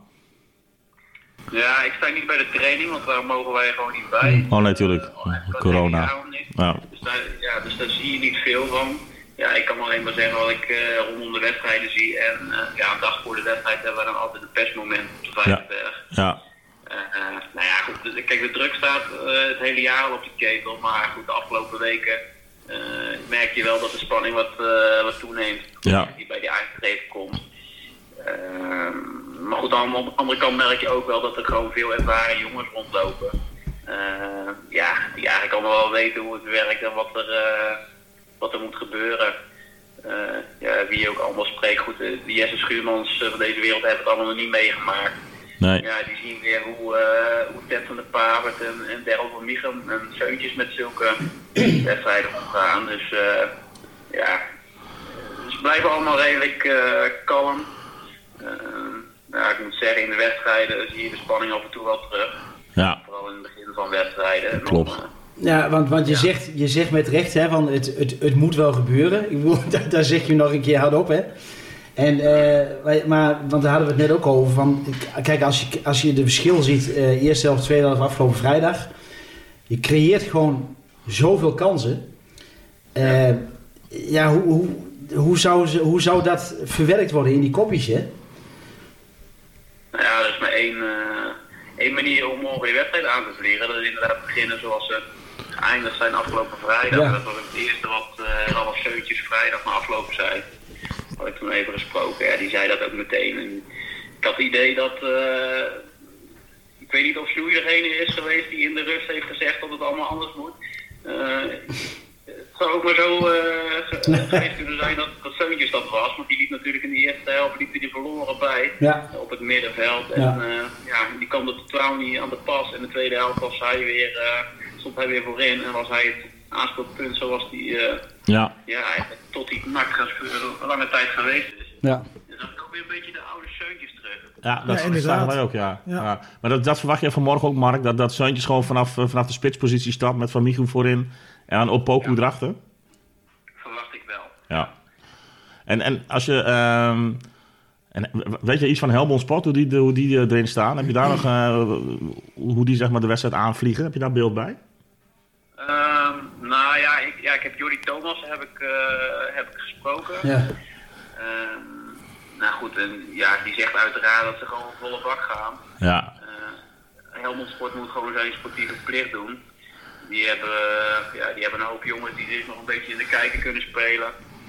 Ja, ik sta niet bij de training, want daar mogen wij gewoon niet bij. Oh, natuurlijk. Uh, Corona. niet. Ja. Dus, daar, ja, dus daar zie je niet veel van. Ja, ik kan alleen maar zeggen wat ik uh, rondom de wedstrijden zie. En uh, ja, een dag voor de wedstrijd hebben we dan altijd een persmoment op de Vijverberg. Ja. Uh, uh, nou ja, goed, de- kijk, de druk staat uh, het hele jaar al op de ketel. Maar goed, de afgelopen weken uh, merk je wel dat de spanning wat, uh, wat toeneemt. Ja. Die bij die eindstreep komt. Uh, maar goed, aan de andere kant merk je ook wel dat er gewoon veel ervaren jongens rondlopen. Uh, ja, die eigenlijk allemaal wel weten hoe het werkt en wat er, uh, wat er moet gebeuren. Uh, ja, wie je ook allemaal spreekt. Goed, de Jesse Schuurmans uh, van deze wereld hebben het allemaal nog niet meegemaakt. Nee. Ja, die zien weer hoe, uh, hoe Ted van der Pavert en, en Daryl van Michel en Seuntjes met zulke wedstrijden omgaan. Dus uh, ja, ze blijven allemaal redelijk uh, kalm. Uh, nou, ik moet zeggen, in de wedstrijden zie je de spanning af en toe wel terug. Ja. Vooral in het begin van wedstrijden. En Klopt. dan, uh, Ja, want, want je, Ja. zegt, je zegt met recht, hè, van het, het, het moet wel gebeuren. Ik bedoel, daar, daar zeg je nog een keer hardop, hè. En, eh, wij- maar, want daar hadden we het net ook over. Van, kijk, als je, als je de verschil ziet, eh, eerste helft, tweede helft, afgelopen vrijdag. Je creëert gewoon zoveel kansen. Eh, ja, hoe, hoe, hoe, zou ze, hoe zou dat verwerkt worden in die kopjes, hè? Nou ja, er is maar één, uh, één manier om morgen die wedstrijd aan te vliegen. Dat is inderdaad beginnen zoals ze geëindigd zijn afgelopen vrijdag. Ja. Dat was het eerste wat uh, Ralf Seuntjes vrijdag na afloop zei. Had ik toen even gesproken. Ja, die zei dat ook meteen. En ik had het idee dat... Uh, ik weet niet of Sjoei degene is geweest die in de rust heeft gezegd dat het allemaal anders moet. Uh, het zou ook maar zo uh, ge- geweest kunnen zijn dat, dat Seuntjes dat was. Want die liep natuurlijk in de eerste helft liep hij er verloren bij. Ja. Op het middenveld. En Ja. ja, uh, ja, die kwam er totaal niet aan de pas. In de tweede helft was hij weer, uh, stond hij weer voorin en was hij het aanspeelpunt zoals die uh, ja. Ja, eigenlijk tot die N A C een lange tijd geweest is. Ja. Dan zag ik ook weer een beetje de oude Seuntjes terug. Ja, dat ja, zagen wij ook, ja. ja. ja. Maar dat, dat verwacht je vanmorgen ook, Mark, dat, dat Seuntjes gewoon vanaf, vanaf de spitspositie stapt met Van Michel voorin en dan Opoku ja. erachter? Verwacht ik wel. Ja. En, en als je... Um, en weet je iets van Helmond Sport, hoe die, hoe die erin staan? Heb je daar nog... Uh, hoe die zeg maar de wedstrijd aanvliegen? Heb je daar beeld bij? Um, nou ja ik, ja, ik heb Jordi Thomas heb ik, uh, heb ik gesproken. Ja. Um, nou goed, en ja, die zegt uiteraard dat ze gewoon volle bak gaan. Ja. Uh, Helmond Sport moet gewoon zijn sportieve plicht doen. Die hebben, uh, ja, die hebben een hoop jongens die zich nog een beetje in de kijker kunnen spelen.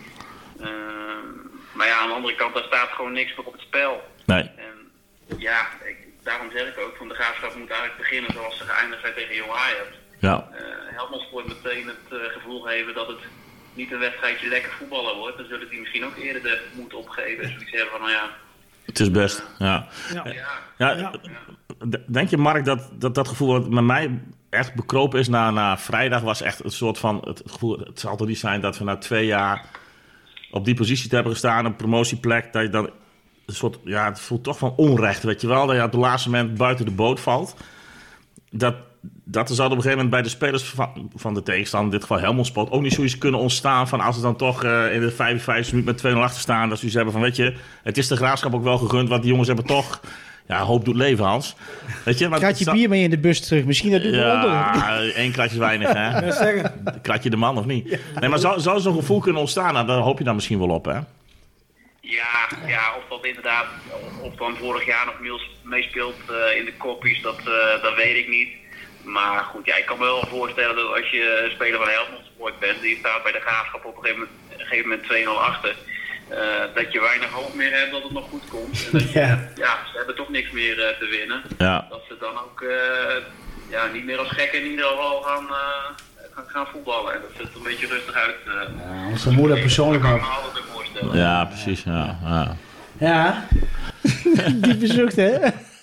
Um, maar ja, aan de andere kant, daar staat gewoon niks meer op het spel. Nee. En ja, ik, daarom zeg ik ook, van de Graafschap moet eigenlijk beginnen zoals ze geëindigd zijn tegen Jong Ajax. Ja. Uh, Helmond Sport meteen het uh, gevoel geven dat het niet een wedstrijdje lekker voetballen wordt. Dan zullen die misschien ook eerder de moed opgeven. En zoiets hebben van, nou ja... Het is best, uh, ja. Ja. Ja. Ja. Ja. Denk je, Mark, dat dat, dat gevoel wat met mij echt bekropen is na, na vrijdag was echt een soort van... Het, het gevoel, het zal toch niet zijn dat we na twee jaar op die positie te hebben gestaan, een promotieplek, dat je dan een soort... Ja, het voelt toch van onrecht, weet je wel. Dat je op het laatste moment buiten de boot valt. Dat... Dat er zou op een gegeven moment bij de spelers van, van de tegenstander, in dit geval Helmond Sport, ook niet zoiets kunnen ontstaan van als ze dan toch uh, in de vijfenvijftigste minuut met twee nul achter staan, dat ze iets hebben van, weet je, het is de Graafschap ook wel gegund, want die jongens hebben toch, ja, hoop doet leven, Hans. Weet je, kratje bier mee in de bus terug, misschien dat doet ja, onder. één kratje is weinig, hè? Kratje de man, of niet? Nee, maar zou, zou zo'n gevoel kunnen ontstaan? Nou, daar hoop je dan misschien wel op, hè? Ja, ja, of dat inderdaad, of dan vorig jaar nog meespeelt uh, in de koppies, dat, uh, dat weet ik niet. Maar goed, ja, ik kan me wel voorstellen dat als je speler van Helmond Sport bent, die staat bij de Graafschap op een gegeven moment, een gegeven moment twee nul achter, uh, dat je weinig hoop meer hebt dat het nog goed komt. En dat je, ja. ja, ze hebben toch niks meer uh, te winnen. Ja. Dat ze dan ook uh, ja, niet meer als gekken in ieder geval gaan, uh, gaan, gaan voetballen. En dat ze het een beetje rustig uit. Uh, ja, onze moeder persoonlijk ook. voorstellen. Ja, precies. Ja, ja. ja. Die bezoekt, hè?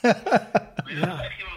Ja.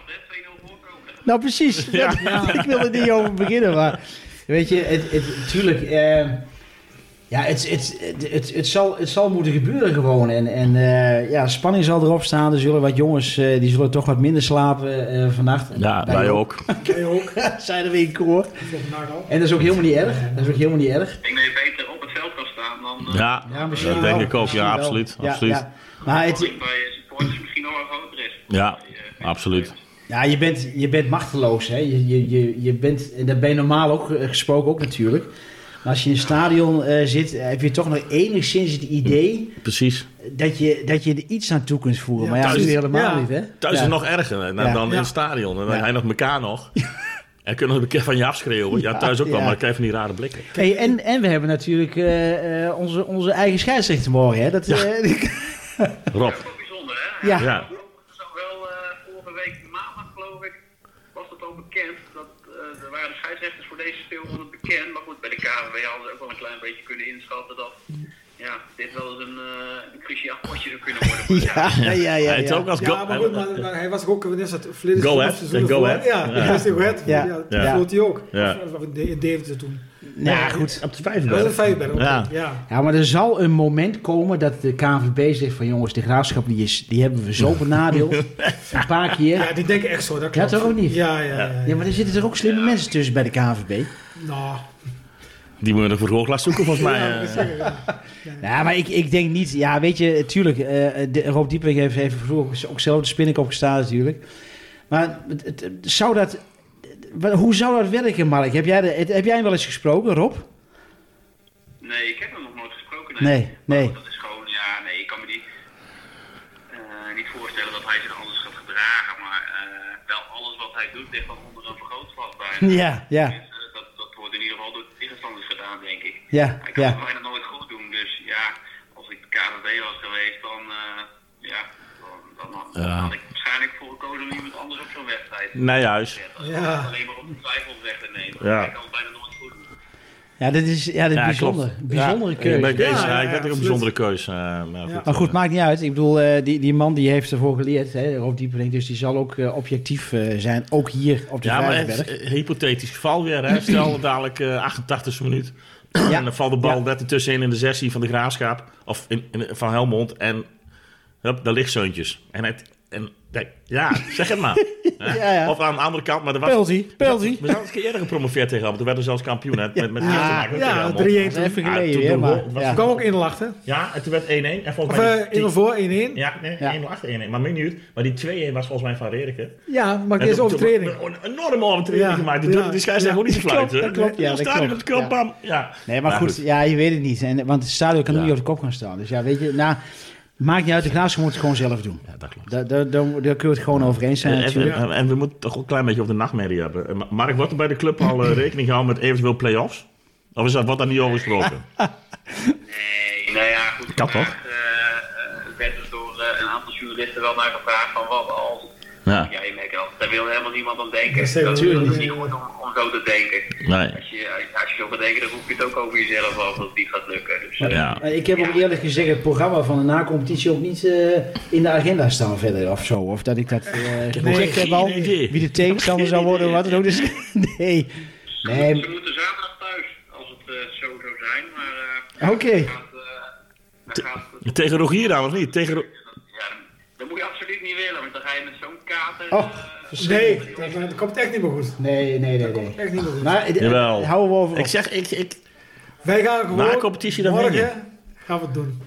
Nou, precies. Ja. Ja. Ik wil er niet over beginnen, maar weet je, het, het, natuurlijk, uh, ja, het, het, het, het, het, zal, het zal moeten gebeuren gewoon. En, en uh, ja, spanning zal erop staan. Er zullen wat jongens, uh, die zullen toch wat minder slapen uh, vannacht. Ja, wij, wij ook. Wij ook. Zijn er weer in koor. En dat is ook helemaal niet erg. Dat is ook helemaal niet erg. Ik denk dat je beter op het veld kan staan dan... Uh, ja, ja misschien dat wel. Denk ik ook. Ja, absoluut. Ja, absoluut. Ja. Maar het... bij supporters misschien nog wel groter is. Ja, uh, absoluut. Ja, je bent, je bent machteloos. Hè? Je, je, je, je bent, en daar ben je normaal ook gesproken ook natuurlijk. Maar als je in een stadion uh, zit, heb je toch nog enigszins het idee... Precies. Dat je, dat je er iets aan toe kunt voegen. Ja, maar ja, thuis, nu helemaal ja. niet, hè? Thuis ja. is nog erger dan, ja. dan in het stadion. En dan ja. hij nog elkaar nog. En kunnen we een keer van je afschreeuwen. Ja, thuis ook wel, ja. maar dan krijg je van die rare blikken. Hey, en, en we hebben natuurlijk uh, uh, onze, onze eigen scheidsrechter morgen, hè? Dat, ja. uh, Rob. Dat is ook bijzonder, hè? Ja. ja. Wel, uh, vorige week maandag, geloof ik, was het al bekend. Dat, uh, er waren de scheidsrechters voor deze speelronde bekend. Maar goed, bij de K V B hadden ze ook wel een klein beetje kunnen inschatten dat... Ja, dit wel eens een, uh, een cruciaal potje zou kunnen worden. ja, ja, ja, ja. Hij is ook als ja, go- maar, goed, maar, maar hij was ook, wanneer is dat? Go Ahead. Go Ahead. Ja, ja. ja. is Go Ahead. Ja. Ja, ja. dat vloot hij ook. Ja. Of, of in Deventer toen. Nou ja, goed. Op de Dat was Vijverberg. een Vijverberg, okay. Ja. ja. Ja, maar er zal een moment komen dat de K N V B zegt van jongens, de Graafschap die, is, die hebben we zo benadeeld. Een paar keer. Ja, die denken echt zo. Dat klopt. Ja, toch ook niet? Ja, ja, ja. ja, ja maar er zitten er ook slimme ja. mensen tussen bij de K N V B. Nou... Die moeten we voor hooglas zoeken, volgens mij. Ja, zeggen, ja. Ja, ja, maar ik, ik denk niet... Ja, weet je, tuurlijk... Uh, de, Rob Dieping heeft, heeft ook, ook zelf de spinnenkop gestaan natuurlijk. Maar het, het, zou dat... Hoe zou dat werken, Mark? Heb jij, de, heb jij hem wel eens gesproken, Rob? Nee, ik heb hem nog nooit gesproken. Nee, nee. nee. Dat is gewoon... Ja, nee, ik kan me niet, uh, niet voorstellen dat hij zich anders gaat gedragen. Maar uh, wel alles wat hij doet ligt dan onder een vergrootglas bij. Ja, ja. In ieder geval door de tegenstanders gedaan, denk ik. Ja, hij kan ja. het bijna nooit goed doen. Dus ja, als ik de K N V B was geweest, dan, uh, ja, dan, dan, dan ja. had ik waarschijnlijk voor gekozen om iemand anders op zo'n wedstrijd. Nee, juist. Ja. Alleen maar om de twijfels weg te nemen. Ja. Hij kan het bijna nooit goed doen. Ja, dit is, ja, dit is Ja, bijzonder. klopt. Bijzondere Ja, keuze. Ik, ben, ik, Ja, ja, ja, ik weet ook een absoluut. bijzondere keuze. uh, maar goed, Maar goed, uh, maakt niet uit. Ik bedoel, uh, die, die man die heeft ervoor geleerd, hè, Rob Diepenink, dus die zal ook uh, objectief uh, zijn, ook hier op de ja, maar Vijverberg. het, uh, hypothetisch geval weer. Hè. Stel dadelijk uh, achtentachtigste minuut. Ja. En dan valt de bal Ja. net ertussenin in de zestien van de Graafschap. Of in, in, van Helmond. En hup, daar ligt Seuntjes. En het... En, nee, ja, zeg het maar. Ja, ja. Of aan de andere kant, maar er was... Penalty, penalty. We zijn een keer eerder gepromoveerd tegen Helmond. Toen werden we zelfs kampioen. Hè, met met Ja, ja, ja, Dat drie-één. is even Ja, geleden toen weer, doen we- maar... het was- Ja. kwam ook inlacht, hè? Ja, en toen werd één-één. En volgens Of mij... uh, die- één voor, één-één. Ja, nee, Ja. één nul achter één-één. Maar min niet uit. Maar die twee-één was volgens mij van Rerike. Ja, maar En deze toen- overtreding. toen- Een enorme overtreding Ja, gemaakt. Die ja, durfde die scheidsrechter ja. ook niet te fluiten. Dat klopt, ja, dat Stadion klopt. met de kop, Ja. bam. Ja. Nee, maar Ja, goed, ja, je weet het niet. En, want het stadion kan Ja. niet op de kop gaan staan. Dus ja, weet je, nou, maakt niet uit. De Graafschap moet het gewoon zelf doen. Ja, dat klopt. Daar, daar, daar, daar kunnen we het gewoon over eens zijn En, en, natuurlijk. en, en we moeten toch ook een klein beetje over de nachtmerrie hebben. En Mark, wordt er bij de club al uh, rekening gehouden met eventueel play-offs? Of is dat, wordt daar niet over gesproken? Nee, nou ja, goed. Kan toch? vandaag, eh, eh, werd er door eh, een aantal journalisten wel naar gevraagd van wat als... Ja. Ja, je merkt al, daar wil helemaal niemand aan denken. Dat is Dat, natuurlijk dat is niet. niet goed om, om zo te denken. Nee. Als je, als je zo gaat denken, dan roep je het ook over jezelf af dat het niet gaat lukken. Dus, eh, Ja. Maar ik heb ook eerlijk gezegd het programma van de na-competitie ook niet uh, in de agenda staan verder of zo. Of dat ik dat uh, gezegd heb al. geen idee. Wie de tegenstander zou worden of wat dan ook. Dus, nee. Nee. Ze moeten zaterdag thuis, als het uh, zo zou zijn. Maar uh, Oké. Okay. dan gaat, uh, dan gaat, Tegen Rogier dan, of niet? Tegen Ro- ja, dat moet je absoluut niet willen, want dan ga je met zo'n kater... Oh. Uh, Nee, dat, dat komt echt niet meer goed. Nee, nee, nee, nee. Echt niet meer goed. Maar uh, Jawel. houden we over. Ik zeg, ik, ik, Wij gaan gewoon... Na competitie dan morgen winnen. gaan we het doen.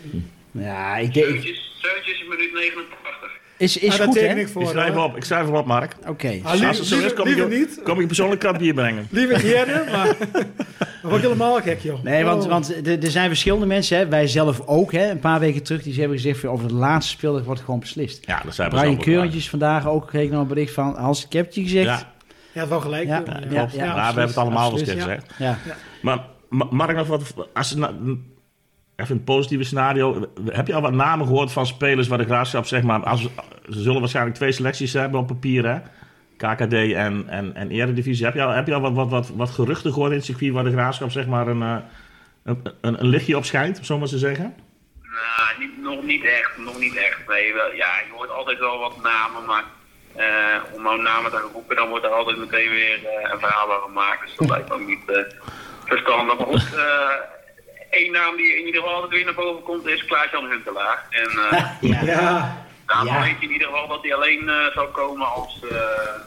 Ja, ik denk. Zeuntjes, Zeuntjes in minuut negenentachtig. Is, is Ah, daar goed, teken hè? ik voor. ik schrijf hoor. op, ik schrijf hem op, Mark. Oké. Okay. Ah, lief- Als het zo is, liever- kom ik, liever je- niet. kom ik je persoonlijk een krap bier brengen. Liever Jerne, maar... Dat wordt helemaal gek, joh. Nee, want, Oh. want er er zijn verschillende mensen, hè, wij zelf ook, hè, een paar weken terug, die ze hebben gezegd van over de laatste speeldag wordt gewoon beslist. Ja, dat zijn we Brian zelf ook Keurentjes vandaag ook kreeg nog een bericht van, Hans, ik heb het je gezegd. Ja, Ja, het wel gelijk. Ja, joh. ja, klopt. ja, maar we absoluut, hebben het allemaal wel eens absoluut, gezegd. Ja. Maar Ma- Mark, nog wat, als het na- even een positieve scenario. Heb je al wat namen gehoord van spelers waar de Graafschap, zeg maar, als, ze zullen waarschijnlijk twee selecties hebben op papier, hè? K K D en, en, en Eredivisie. Heb je al, heb je al wat, wat, wat, wat geruchten gehoord in het circuit waar de Graafschap, zeg maar, een, uh, een, een, een lichtje op schijnt, om zo maar te zeggen? Nou, niet, nog niet echt, nog niet echt. Nee, wel, ja, je hoort altijd wel wat namen, maar uh, om nou namen te roepen, dan wordt er altijd meteen weer uh, een verhaal van gemaakt. Dus dat lijkt me ook niet uh, verstandig. Maar goed, uh, één naam die in ieder geval altijd weer naar boven komt is Klaas-Jan Huntelaar. En uh, Ja. Ja, daarvan Ja. weet je in ieder geval dat hij alleen uh, zal komen als uh,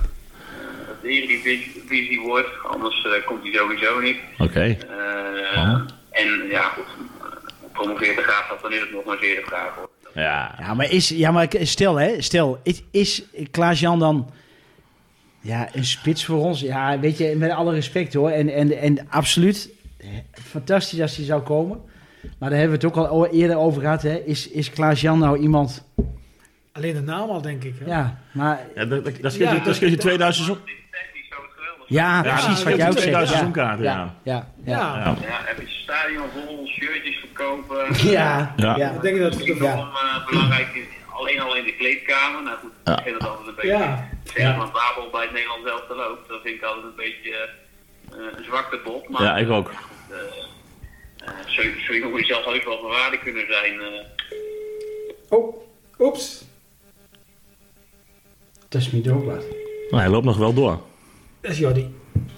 het Eredivisie wordt. Anders uh, komt hij sowieso niet. Oké. Okay. Uh, Oh. En ja, goed, promoveert de Graafschap, dan is het nog maar zeer de vraag hoor. Ja. Ja, maar is, ja, maar stel, hè, stel, is, is Klaas-Jan dan ja, een spits voor ons? Ja, weet je, met alle respect hoor. En, en, en absoluut fantastisch als hij zou komen. Maar daar hebben we het ook al eerder over gehad. Hè. Is, is Klaas-Jan nou iemand... alleen de naam al, denk ik. Hè? Ja, maar... Ja, dat, dat, dat, Ja, dat, dat je tweeduizend seizoen. Technisch zou het geweldig zijn. Ja, Ja, precies dat wat is jij ook zegt. tweeduizend Ja, seizoenkaarten, ja. ja, ja, ja. Ja, Ja. Ja, heb je het stadion vol, shirtjes verkopen. Ja, Ja. ja. ik denk dat het... Ik vind Ja. het uh, belangrijk is, alleen al in de kleedkamer. Nou goed, Ja. ik vind het altijd een beetje Ja. sentimentabel bij het Nederlands elftal loopt. Dat vind ik altijd een beetje uh, een zwakte bot. Maar, Ja, ik ook. Uh, uh, zo, zo jong moet je zelf heus wel van waarde kunnen zijn. Uh. Oh, oeps. Dat is niet ook wat. Nou, hij loopt nog wel door. Dat is Jordi.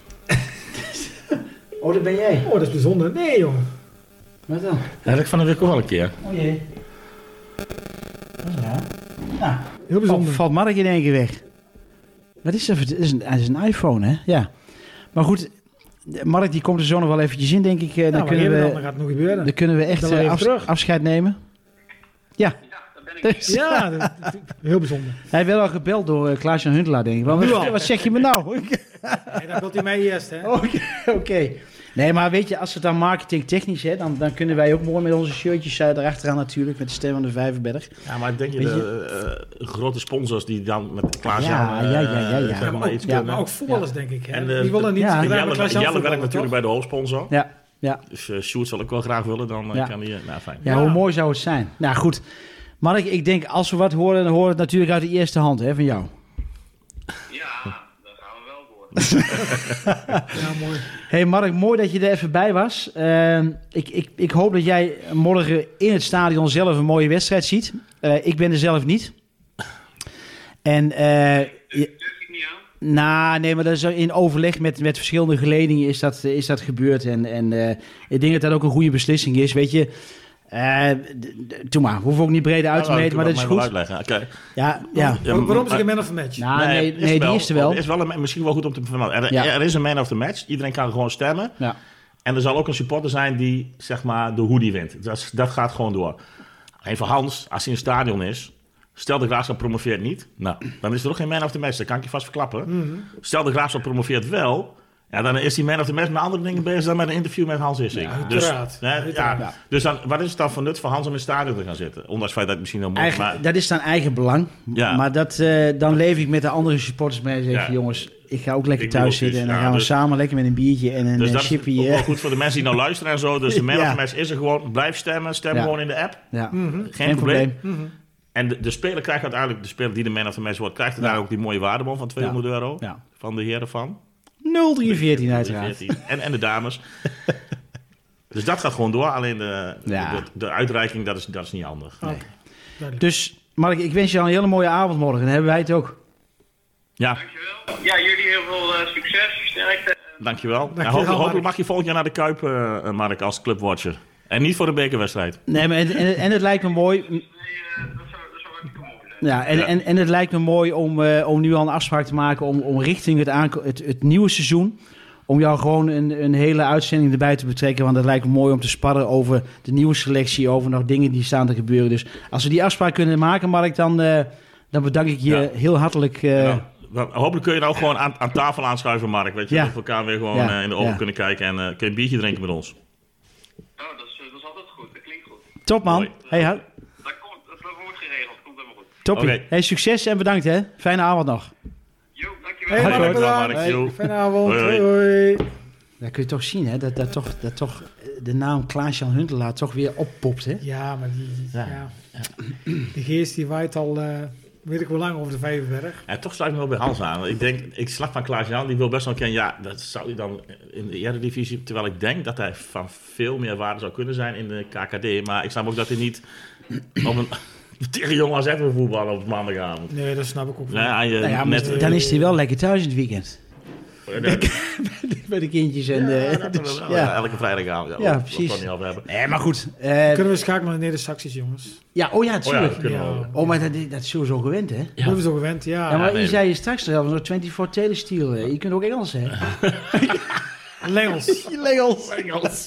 Oh, dat ben jij. Oh, dat is bijzonder. Nee, jongen. Wat dan? Ja, dat van de week ook wel een keer. Oh jee. Ja. Nou, Heel valt, bijzonder. valt Mark in één keer weg. Wat is dat? Het is een, het is een iPhone, hè? Ja. Maar goed, Mark die komt er zo nog wel eventjes in, denk ik. Eh, Nou, dan, maar kunnen even dan, we, dan gaat het nog gebeuren. dan kunnen we echt Dan wel eh, even afs- terug. afscheid nemen. Ja. Ja, daar ben ik. Dus, Ja, dat, dat- heel bijzonder. hij werd al gebeld door uh, Klaas-Jan Huntelaar, denk ik. Wat, Nu al. wat zeg je me nou? Nee, dan wilt hij mij eerst, hè. Oké, oké. Nee, maar weet je, als het dan marketing technisch is, dan, dan kunnen wij ook mooi met onze shirtjes uh, erachteraan natuurlijk, met de stem van de Vijverberg. Ja, maar ik denk je Weet de uh, grote sponsors die dan met Klaas Ja, Jan, uh, ja, ja, ja, ja. zeg Ja, maar maar, ook, iets ja, kunnen. maar ook voetballers, denk ik. Hè. En de- die willen niet ja. graag En met Jelle, Klaas-Jan Jelle werkt voetballen, natuurlijk toch? bij de hoofdsponsor. Ja, ja. Dus uh, Sjoerd zal ik wel graag willen, dan uh, Ja. kan hij... Uh, nou, fijn. Ja, Ja. hoe mooi zou het zijn? Nou goed, Mark, ik denk als we wat horen, dan horen we het natuurlijk uit de eerste hand hè, van jou. Ja, daar gaan we wel voor. Ja, mooi. Hey Mark, mooi dat je er even bij was. Uh, ik, ik, ik hoop dat jij morgen in het stadion zelf een mooie wedstrijd ziet. Uh, ik ben er zelf niet. En... Uh, Durf ik niet aan? Nou, nee, maar dat is in overleg met, met verschillende geledingen is dat, is dat gebeurd. En, en uh, ik denk dat dat ook een goede beslissing is. Weet je, uh, doe maar, hoef ook niet breder uit te Nou, meten, maar dat is goed. Uitleggen. Okay. Ja, ja. Ja, Waarom is maar- er een man of the match? Nou, nee, nee, is die wel- is er wel. is wel een, misschien wel goed om te vermelden. Er, Ja. er is een man of the match. Iedereen kan gewoon stemmen. Ja. En er zal ook een supporter zijn die, zeg maar, de hoodie wint. Dat, is- dat gaat gewoon door. Alleen voor Hans, als hij in het stadion is... Stel de Graafschap promoveert niet. Nou, dan is er ook geen man of the match. Dat kan ik je vast verklappen. Mm-hmm. Stel de Graafschap promoveert wel... Ja, dan is die man of the match met andere dingen bezig dan met een interview met Hans Issing. Ja, dus, uiteraard. hè, Uiteraard. ja, dus dan, wat is het dan voor nut voor Hans om in het stadion te gaan zitten? Ondanks het feit dat het misschien heel mooi is. Eigen, Maar dat is dan eigen belang. Ja. Maar dat, uh, dan leef ik met de andere supporters mee en zeg Ja. je, jongens, ik ga ook lekker Ik doe thuis ook zitten. iets. En dan Ja, gaan we dus- samen lekker met een biertje en een dus uh, dat is ook chippy. wel uh, goed voor de mensen die nou luisteren en zo. Dus de man Ja. of the match is er gewoon. Blijf stemmen. Stem Ja. gewoon in de app. ja, Mm-hmm. Geen, probleem. Mm-hmm. En de, de speler krijgt uiteindelijk, de speler die de man of the match wordt, krijgt uiteindelijk ook die mooie waardebon van tweehonderd euro. Ja. Van de heren van. nul drie veertien uiteraard. veertien. En, en de dames. Dus dat gaat gewoon door. Alleen de, Ja. de, de uitreiking, dat is, dat is niet handig. Oké, duidelijk. Dus Mark, ik wens je al een hele mooie avond morgen. Dan hebben wij het ook. Ja, Dankjewel. Ja, jullie heel veel uh, succes, sterkte. dankjewel. Dankjewel, En hopelijk, Mark. hopelijk mag je volgend jaar naar de Kuip, uh, Mark, als clubwatcher. En niet voor de bekerwedstrijd. Nee, maar en, en, en het lijkt me mooi. Nee, uh, dat zou, dat zou hartstikke mooi zijn. Ja, en, Ja. En, en het lijkt me mooi om, uh, om nu al een afspraak te maken om, om richting het, aanko- het, het nieuwe seizoen. Om jou gewoon een, een hele uitzending erbij te betrekken. Want het lijkt me mooi om te sparren over de nieuwe selectie. Over nog dingen die staan te gebeuren. Dus als we die afspraak kunnen maken, Mark, dan, uh, dan bedank ik je Ja. heel hartelijk. Uh, Nou, wel, hopelijk kun je nou gewoon aan, aan tafel aanschuiven, Mark. Weet je, Ja. dat we elkaar weer gewoon Ja. uh, in de ogen Ja. kunnen kijken. En uh, kun je een biertje drinken met ons. Oh, dat is, uh, dat is altijd goed. Dat klinkt goed. top man. Mooi. Hey, hu- Dat, komt, dat wordt geregeld. Komt helemaal goed. toppie. Oké. Hey, succes en bedankt hè. Fijne avond nog. Jo, dankjewel. Hey, Hoi, Mark, hoi. bedankt. Mark, joe. Fijne avond. Hoi, hoi. Hoi, hoi. Daar kun je toch zien hè, dat, dat, toch, dat toch de naam Klaas-Jan Huntelaar toch weer oppopt hè. Ja, maar die, die- Ja. ja. die geest die waait al, uh, weet ik hoe lang, over de Vijverberg. En toch sluit ik me wel bij Hans aan. Ik denk, ik slag van Klaas-Jan, die wil best wel een keer, ja, dat zou hij dan in de Eredivisie, terwijl ik denk dat hij van veel meer waarde zou kunnen zijn in de K K D. Maar ik snap ook dat hij niet op een tegen Jong A Z wil voetballen op maandagavond. Nee, dat snap ik ook wel. Nee, aan je Nou ja, maar net, dan is hij wel lekker thuis in het weekend. Ja, Bij de kindjes en... uh, dat dus, wel, ja. elke vrijdagavond. Ja, Ja, dat precies. kan niet af hebben. Nee, maar goed. Uh, Kunnen we schakelen naar de Neder-Saxies, jongens? ja, oh ja, Oh ja, natuurlijk. dat kunnen we Ja. wel. Oh, maar dat, dat is sowieso gewend, hè? Ja. We hebben zo gewend, ja. Ja, maar nee. je zei je straks zelfs nog vierentwintig Telestiel. hè. Je kunt ook Engels, hè? Lengels. Engels. Engels.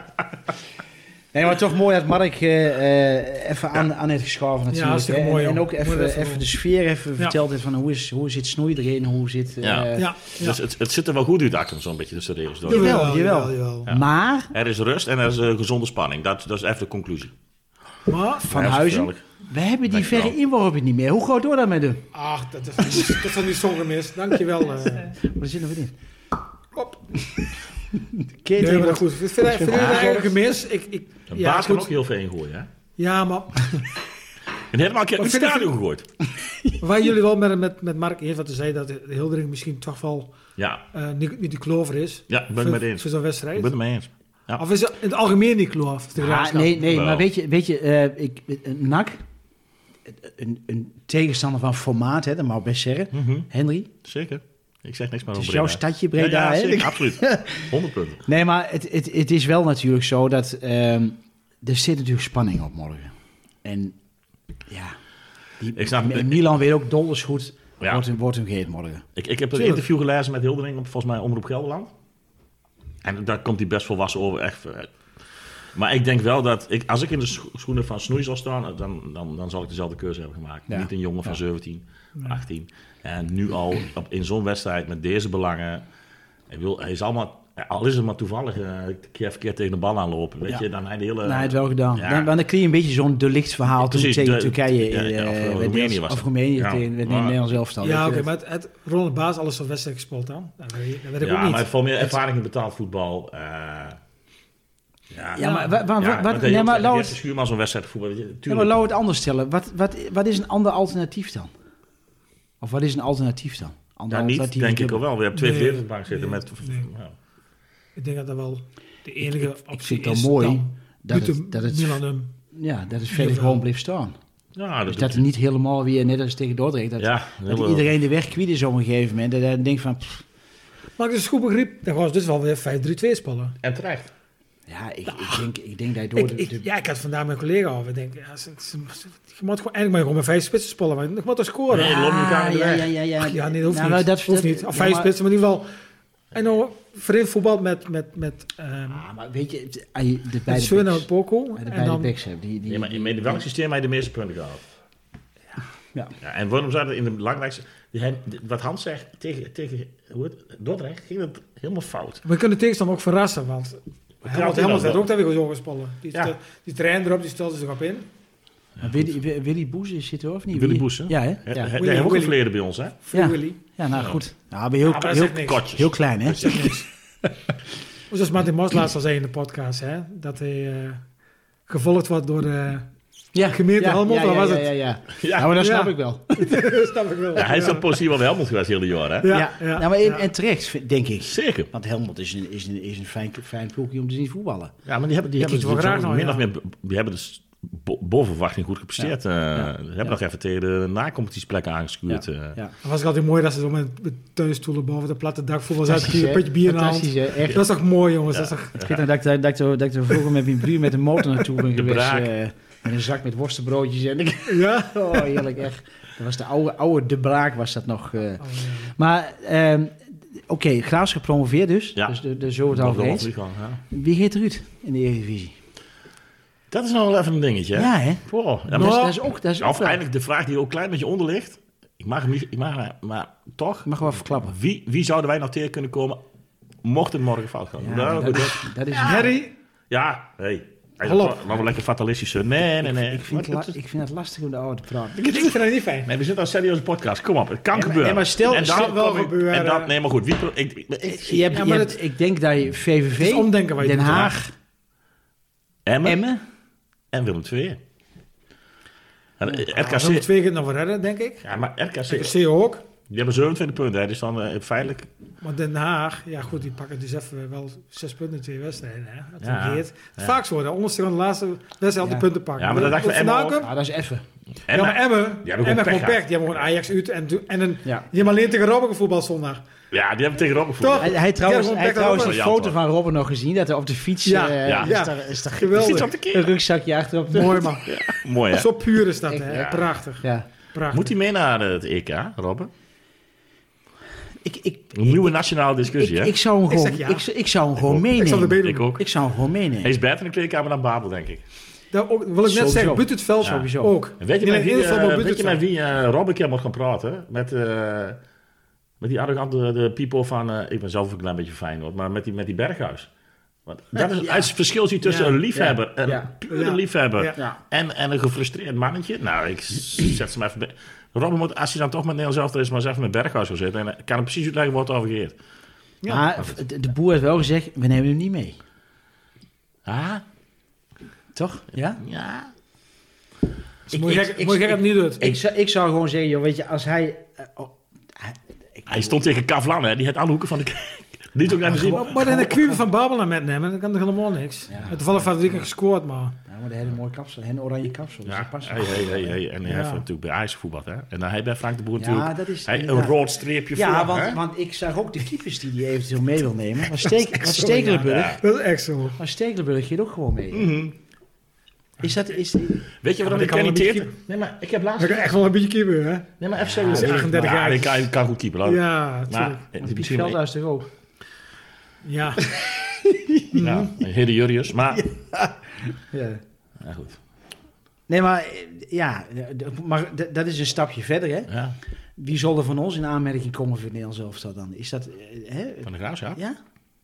Nee, maar toch mooi dat Mark uh, uh, even aan, aan heeft geschoven natuurlijk. hartstikke hè. mooi, en, en joh. ook Moet even, even even doen. de sfeer even Ja. verteld heeft van hoe, is, hoe zit snoei erin, hoe zit... Uh, Ja. Ja, ja. Dus het, het zit er wel goed uit, Akken, zo'n beetje tussen de regels door. Jawel, jawel. jawel. Ja. Maar Er is rust en er is uh, gezonde spanning. Dat, dat is even de conclusie. Maar, Van Ja, Huizen, vertel ik. we hebben die Dankjewel. verre inworpen niet meer. Hoe groot door dat met hem? ach, dat is, dat is toch niet zo gemist. Dankjewel. Uh. Waar zitten we in? Hop. Keer Nee, maar dat goed. Ik vind, ik vind het Ja. eigenlijk gemis. Ik, ik, Een ja, baas kan goed. ook heel veel ingooien, hè? Ja, maar En helemaal een keer in Wat het vind ik- stadion gegooid. waar jullie wel met, met, met Mark eens wat te zei, dat de Hildering misschien toch wel Ja, uh, niet, niet de klover is. ja ik ben voor, het met eens. voor zo'n Ik wedstrijd. ben het mee eens. Ja. Of is het in het algemeen niet kloof? de Ah, Graafschap? nee, nee, Wel. maar weet je, weet je uh, ik, een N A C, een, een tegenstander van formaat, hè, dat mag ik best zeggen. Mhm, Henry, Zeker. Ik zeg niks meer het is over jouw Breda. stadje Breda, Ja, ja, hè? zeker, absoluut. honderd punten. Nee, maar het, het, het is wel natuurlijk zo dat ehm, er zit natuurlijk spanning op morgen. En ja, die, Ik snap- M- Milan weet ook donders goed, Ja. wordt, hem- wordt hem geheet morgen. Ik, ik heb een Tuurlijk. interview gelezen met Hildering op volgens mij Omroep Gelderland. En daar komt hij best volwassen over. Echt. eh. Maar ik denk wel dat, ik, als ik in de scho- schoenen van Snoei zal staan, dan, dan, dan zal ik dezelfde keuze hebben gemaakt. Ja. Niet een jongen van Ja. zeventien, achttien. En nu al op, in zo'n wedstrijd met deze belangen. Ik wil, hij is allemaal, al is het maar toevallig uh, een keer verkeerd tegen de bal aanlopen. Weet Ja. je, dan hij de hele... Nou, hij heeft wel gedaan. ja. Dan, dan kreeg je een beetje zo'n delict verhaal toen Precies, tegen de- Turkije. ja, in, ja, of, eh, uh, met Roemenië Nederlands- was Of het. Roemenië Ja. tegen met Maar- Nederlands elftal. Ja, weet oké, je maar dat. het, het Ronald Baas alles zo'n wedstrijd gespeeld dan. Dat weet ik, dat weet ik ja, ook niet. maar veel meer ervaring in betaald voetbal. uh, ja, Ja, maar, wa- wa- Ja, wat, maar wat, dat nee, je maar ook laat tegen het- Schuurman zo'n wedstrijd voetbal. weet je, ja, maar Tuurlijk. laat het anders stellen. Wat, wat, wat is een ander alternatief dan? Of wat is een alternatief dan? Anders Ja, niet, dat die denk ik dubbel- al wel. We hebben twee Nee, verdedigers op de bank zitten nee, met... nee. Ja. Ik denk dat dat wel de enige Ik optie vind het is. wel mooi dan dat buiten het, dat het, Milan hem. ja, dat het verder Jawel. gewoon blijft staan. Ja, Dus dat dat het niet helemaal weer, net als tegen Dordrecht, dat, Ja, dat heel- iedereen de weg kwijt is op een gegeven moment. En dan denk ik van, pff, Maar ik dus goed begreep, dan was dus wel weer vijf drie twee spelen. En terecht. ja, ik, ik, denk, ik denk dat je door Ik, de... ik, de- ja, ik had vandaag mijn collega over. Ik denk, ja, ze, ze, ze- je moet gewoon, eigenlijk maar gewoon met vijf spitsen spelen. Maar je moet toch scoren. Nee, Ja, loop je elkaar in de ja, weg. ja, ja, ja. ja, nee, dat hoeft Nou, niet. dat- hoeft dat- niet. Of ja, vijf maar- spitsen, maar in ieder geval. En nou, vreemd voetbal met, met, met, um, Ah, maar weet je, het- als je de met beide Schöne en backs, Poco. als je de En beide dan, backs hebt, die... die, Ja, maar die- in welk systeem heb je de meeste punten gehaald? Ja. Ja, en waarom zou dat in de belangrijkste... Die, hij- wat Hans zegt tegen, tegen hoe het, Dordrecht, ging het helemaal fout. we kunnen tegenstander ook verrassen, want trouwens Helmut Helmut wel. werd ook daar weer zo gespeeld. Die, Ja. ja. die trein erop, die stelde zich op in. Maar Willy, Willy, Willy Boes zit er of niet? Willy Wie- Boes, hè? Ja, hè? Hij Ja, hij- hij Willy- heeft ook een Willy. verleden bij ons, hè? Free Ja. Willy. ja nou Ja. goed. Ja, maar heel, Ja, maar dat heel, zegt niks. Kotjes. heel klein, hè? Dat zegt niks. Zoals Martin Mos laatst al zei in de podcast, hè, dat hij eh, gevolgd wordt door de Ja, gemeente ja, Helmond, ja, waar ja, was ja, het? Ja, ja. Ja. Ja, maar dat Ja. snap ik wel. Snap ik wel. Ja, hij is ja. dan positief wel bij Helmond geweest heel de jaar, hè? Ja, Ja, ja, ja, maar en, ja. en terecht, vind- denk ik. Zeker. Want Helmond is een, is een, is een fijn, fijn ploegje om te zien voetballen. Ja, maar die hebben, die Ik hebben, kies wel dus graag zo nou, min ja. of meer, die hebben dus bo- boven verwachting goed gepresteerd. Eh, Ze hebben nog even tegen de na-competitiesplekken aangeschuurd. eh. Ja. Het was altijd mooi dat ze zo met, met tuinstoelen boven de platte dak voetbal zaten, Fantastisch, een hè? beetje bier in de hand. Fantastisch, hè? Echt. Dat is toch mooi, jongens? Dat is toch... Ik weet nog dat, ik- dat, ik er- dat ik er vroeger met mijn broer met de motor naartoe ben De geweest. braak. eh, met een zak met worstenbroodjes. En ik, Ja? oh, heerlijk, echt. Dat was de oude, oude De Braak was dat nog. eh. Oh, ja. Maar, ehm, oké, Graafs gepromoveerd dus. Ja. Dus de, de zo het Nog over wel eens. vliegen, ja. Wie gaat eruit in de Eredivisie? Dat is nog wel even een dingetje. hè? Ja, hè? Wow. Ja, Dat maar- is, dat is ook... Dat is ook of wel- eigenlijk de vraag die ook een klein beetje onder ligt. Ik mag hem niet, ik mag, hem- maar toch. Ik mag wel verklappen. Wie, wie zouden wij nog tegen kunnen komen mocht het morgen fout gaan? Ja, Nou, maar goed, dat, dat- is, dat is Harry, ja, hey. Hij Hallo. is wel wel lekker fatalistisch. hè? Nee, nee, nee. Ik vind, het Wat- la- ik vind het lastig om de oude te praten. ik vind het niet fijn. Nee, we zitten al een serieuze podcast. Kom op, het kan Nee, maar- gebeuren. nee, maar stel- en dan stel wel kom ik- gebeuren. En dan, nee, maar goed. Wie, pro- ik, ik, ik, Je hebt, Ja, je maar hebt- het- ik denk dat je V V V, Het is omdenken wat je Den doet, ja. Haag, Emmen, Emmen... en Willem twee. En, eh, Ja, R K we moeten C, twee keer nog voor redden, denk ik. ja, maar R K C, Ik zie ook. die hebben zevenentwintig punten. Hè. Die staan eh, feitelijk... Maar Den Haag, ja goed, die pakken dus even wel zes punten in twee wedstrijden. Hè? Dat Ja, fungeert. Het is ja. vaak zo, de onderste van de laatste wedstrijd al die Ja. punten pakken. Ja, maar dat dacht ik Hoe van Emmen vandaan ook. komt? Ah, dat is even. Ja, maar Emmen, hebben gewoon Emmen pech gewoon pech. gehad. Die hebben gewoon Ajax uit en, do- en een, Ja. die hebben alleen tegen Robben voetbal zondag. Ja, die hebben tegen Robben gevoerd. Toch? Hij, hij trouwens, gewoon hij back trouwens naar een Robben. foto van Robben nog gezien, dat hij op de fiets... Ja, eh, ja. Is Ja. daar, is daar Geweldig. Fiets op de een keer. rugzakje achterop. Mooi man. Mooi, hè? Zo puur is dat, Echt, hè? ja. Prachtig. Ja. Prachtig. Moet hij mee naar eh, het E K, Robben? Ik, ik, Een nieuwe nationale discussie, ik, hè? ik zou hem Ik gewoon, zeg ja. ik, ik zou hem gewoon ook. meenemen. Ik zal erbij doen. Ik ook. Ik zou hem gewoon meenemen. Hij is beter in de kleedkamer dan Babel, denk ik. Dat ook, wil ik net Sowieso. zeggen, buiten het veld Ja. Sowieso. ook. En weet je Niet met alleen wie, in het veld, eh, maar weet buiten je het met veld. wie eh Robben een keer moet gaan praten? Met, eh, met die arrogante de people van... eh, ik ben zelf ook een klein beetje fijn, hoor. Maar met die, met die Berghuis. Want dat is Ja. het verschil zie je tussen Ja. een liefhebber, Ja. een Ja. pure Ja. liefhebber... Ja. Ja. En, en een gefrustreerd mannetje. Nou, ik zet ze maar even... bij- Robben moet, als hij dan toch met Nederland zelf is, maar eens even met Berghuis zou zitten. En dan kan hem precies uitleggen wat het over gaat. Ja. Maar de, de boer heeft wel gezegd, we nemen hem niet mee. Ah, Toch? Ja? ja. Dus moet je ik- gek- ik- moet je gek dat ik- niet doet. Ik, zou, ik zou gewoon zeggen, joh, weet je, als hij... eh, oh, hij, ik- Hij stond tegen Kavlan, hè. Die had alle hoeken van de... Die is ook naar de zin. Maar, maar dan de kwieven van Babel metnemen, dan kan er helemaal niks. Ja. Het toevallig van het weekend gescoord, maar... Nou, maar de hele mooie kapsel, een oranje kapsel. Dus Ja, dat past hey, wel. hey, hey, hey. En hij Ja. heeft natuurlijk bij Ajax gevoetbald, hè. En dan heeft bij Frank de Boer Ja, natuurlijk... dat is hij, een inderdaad. rood streepje Ja, voor, want, hè. want ik zag ook de keepers die die eventueel mee wil nemen. Maar, Steek, maar zo, Stekelenburg, ja. Dat is echt zo. maar Stekelenburg gaat ook gewoon mee. Mhm. Is dat... Is, Weet je waarom Ja, ik maar ken die niet kan wel Nee, maar ik heb Dat laatst... kan echt wel een beetje keeper, hè? Nee, maar F C Ja, is die achtendertig Ja, jaar. die kan, kan goed keeper, hoor. Ja, Maar... natuurlijk. eh, want die Piet misschien- Veldhuis toch ook? Ja. Ja, Hede Jurrius. Maar... Ja. Ja, goed. Nee, maar eh, ja, d- maar d- dat is een stapje verder, hè? Ja, Wie zal er van ons in aanmerking komen voor het Nederlands elftal dan? Is dat... eh, Hè? van de Graafschap. Ja?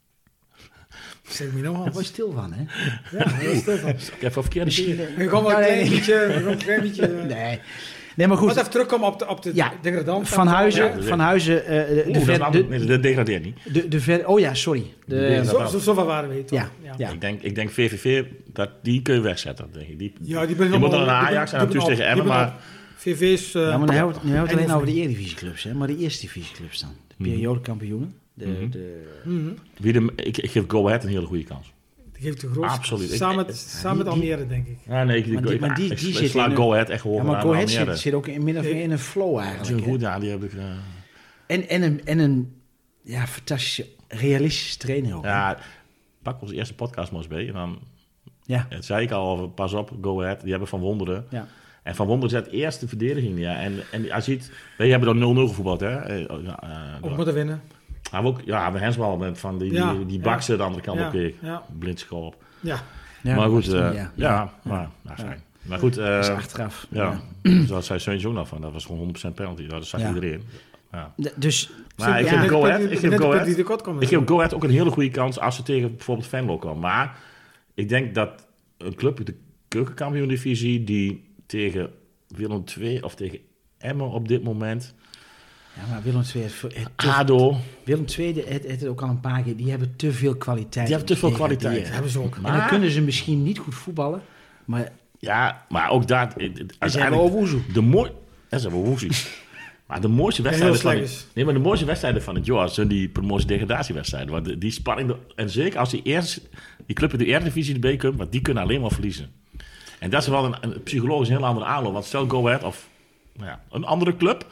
Zeg me nou Daar al. word je stil van, hè? Ja, dat is toch wel. Ik heb wel verkeerde Misschien... keer. eh, Je kan wel Ja, een nee, klein nee. beetje... Een klein beetje Nee. Nee, maar Wat goed. even terugkomen op de, op de Ja. degradant. Van Huizen, Ja, de- van Huizen, eh, de, Oeh, de, dat is ver, nou- de, nee, dat degradeert niet. de, de ver, oh ja, sorry. De, De- Zo, zo, zo ver waren we, toch? Ja, ja. Ik denk, ik denk V V V, dat, die kun je wegzetten, denk ik. Die, Ja, die die ben moet dan naar Ajax en dan thuis tegen Emmen, maar... V V is... Uh, ja, maar nu hebben we het, nu hebben we het alleen over over de Eredivisieclubs, hè? Maar de eerste divisieclubs dan. De periodekampioenen. De, Mm-hmm. de... Mm-hmm. Wie de, ik, ik geef Go Ahead een hele goede kans. Die geeft de grootste. Absoluut. Samen Ik- met, ik- samen met die- die- Almere, denk ik. Ja, nee, ik, Maar die- ik, maar die- ik, die ik zit sla in een- Go Ahead echt Ja, hoger maar aan Go Ahead Almere. zit, zit ook in min of meer in een flow Dat is eigenlijk. een hè. goed, ja, die heb ik... Uh, En, en een, en een ja, fantastische, realistische trainer ook. hè. ja, pak onze eerste podcast maar eens bij. En dan Ja. het zei ik al, pas op, Go Ahead. Die hebben Van Wonderen. Ja. En Van Wonderen zet eerst de verdediging neer. En, en als je ziet, we hebben dan nul nul gevoetbald, hè. Eh, uh, Ook moeten winnen. Maar we ook, ja, we hensbal met van die, Ja, die, die ja. baksen de andere kant Ja, op keek. ja. Blindschoop. Ja. Ja, maar goed, dat uh, is- ja, ja. maar, nou, fijn. Maar goed, uh, Dat is achteraf. ja, dat zei Seuntje ook nog van. Dat was gewoon honderd procent penalty. Dat zag Ja. iedereen. Ja. D- Dus, Maar ik ja, geef Go Ahead, Net ik de geef Go punt Ahead, die tekort komt ik geef natuurlijk. Go Ahead ook een hele goede kans als ze tegen bijvoorbeeld Venlo komen. Maar ik denk dat een club uit de keukenkampioen-divisie die tegen Willem twee of tegen Emmen op dit moment, ja, maar Willem twee, heeft, heeft te- ADO, Willem twee, de- het, het ook al een paar keer, die hebben te veel kwaliteit. die hebben te veel om te kwaliteit. degraderen. Hebben ze ook. En dan Maar- kunnen ze misschien niet goed voetballen, maar Ja, maar ook daar... ze hebben uiteindelijk Owuzu. de mooi... Ja, ze hebben Owuzu. Maar de mooiste heel wedstrijden van slecht het, is. nee, maar de mooiste wedstrijden van het jaar zijn die promotie-degradatiewedstrijden. Want de- die spanning... En zeker als die eerst die club in de Eredivisie erbij komt, want die kunnen alleen maar verliezen. En dat is wel een, een psychologisch heel andere aanloop. Want stel Go Ahead of nou ja, een andere club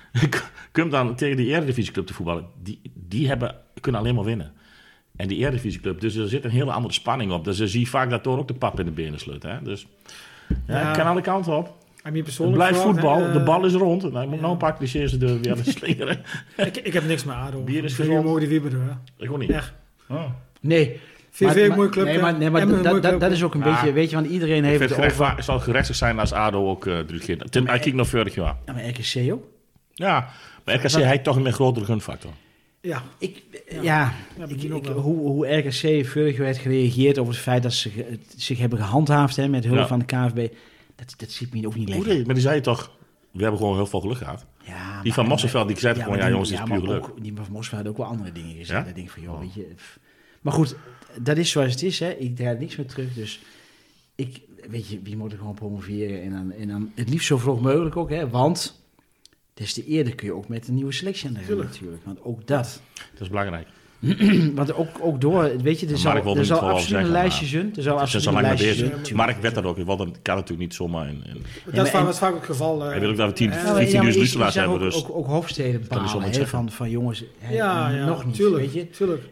komt dan tegen die Eredivisieclub te voetballen. Die, die hebben, kunnen alleen maar winnen. En die Eredivisieclub, dus er zit een hele andere spanning op. Dus je ziet vaak dat door ook de pap in de benen sluit. Hè? Dus ja, Ja. het kan alle kanten op. En meer Het persoonlijk blijft gevraagd, voetbal, hè, de eh, bal is rond. Nou, je moet ja. nou een paar clichés er weer aan slingeren. Ik, ik heb niks met A D O. Bier is Voor gezond. mogen die wieberen, hè. Ik ook niet. Echt. Oh. nee. V V Maar- een maar- mooie club. Nee, maar, nee, maar Emmen een dat, mooie dat, club. dat is ook een Ja. beetje, weet je, want iedereen Ik heeft vind het het, over... gerecht, het zal gerechtig zijn als ADO ook uh, drie keer. Tim, hij kijkt nog vorig jaar. Ja, maar R K C ook. Ja, maar R K C heeft toch een meer grotere gunfactor. Ja. Ik, ja, Ja, ik, misschien ook ik- wel. hoe, hoe R K C vorig jaar heeft gereageerd over het feit dat ze ge- zich hebben gehandhaafd hè, met hulp Ja. van de K N V B, dat, dat zit me ook niet Hoe lekker. deed- Maar die zei je toch, we hebben gewoon heel veel geluk gehad. Ja, Die maar- van Mosselveld, die zei toch gewoon, maar ja die- jongens, dit is ja, puur maar geluk. ook- Die van Mosselveld had ook wel andere dingen gezegd. Ja? Dan denk ik van, joh, weet je... pff. Maar goed, dat is zoals het is, hè. Ik draai niks meer terug, dus ik, weet je, wie moet er gewoon promoveren en dan, en dan het liefst zo vroeg mogelijk ook, hè, want des te eerder kun je ook met een nieuwe selectie aan de gang natuurlijk, want ook dat... Dat is belangrijk. Want ook, ook door, weet je, er Maar zal, Mark wilde er niet zal vooral absoluut een zeggen, lijstje zijn. Er zal Ze absoluut zijn een al lang mee lijstje bezig. zijn. Mark werd dat ook, want dat kan natuurlijk niet zomaar. In, in. Dat maar- is vaak- en- was vaak het geval. eh, Hij wil ook dat we tien, eh, Ja, maar- vijftien ja, maar duizend je- je luisteraars zag hebben. ook, Dus ook, ook hoofdsteden kan niet zomaar bepalen, hè, zeggen. van, van jongens, hè, Ja, ja, nog niet, tuurlijk, weet je. tuurlijk.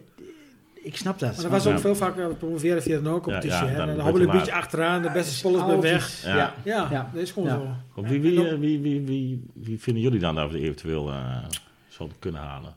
Ik snap dat. Maar er was ook Ja. veel vaker promoveren via de no-competitie. Ja, ja, hè. dan Dan weet hobbelen je een beetje maar. achteraan, de beste spelers bij Altijd. weg. Ja. Ja. Ja, Ja. dat is gewoon Ja. zo. Wie, wie, eh, wie, wie, wie, wie vinden jullie dan dat we eventueel uh, zouden kunnen halen?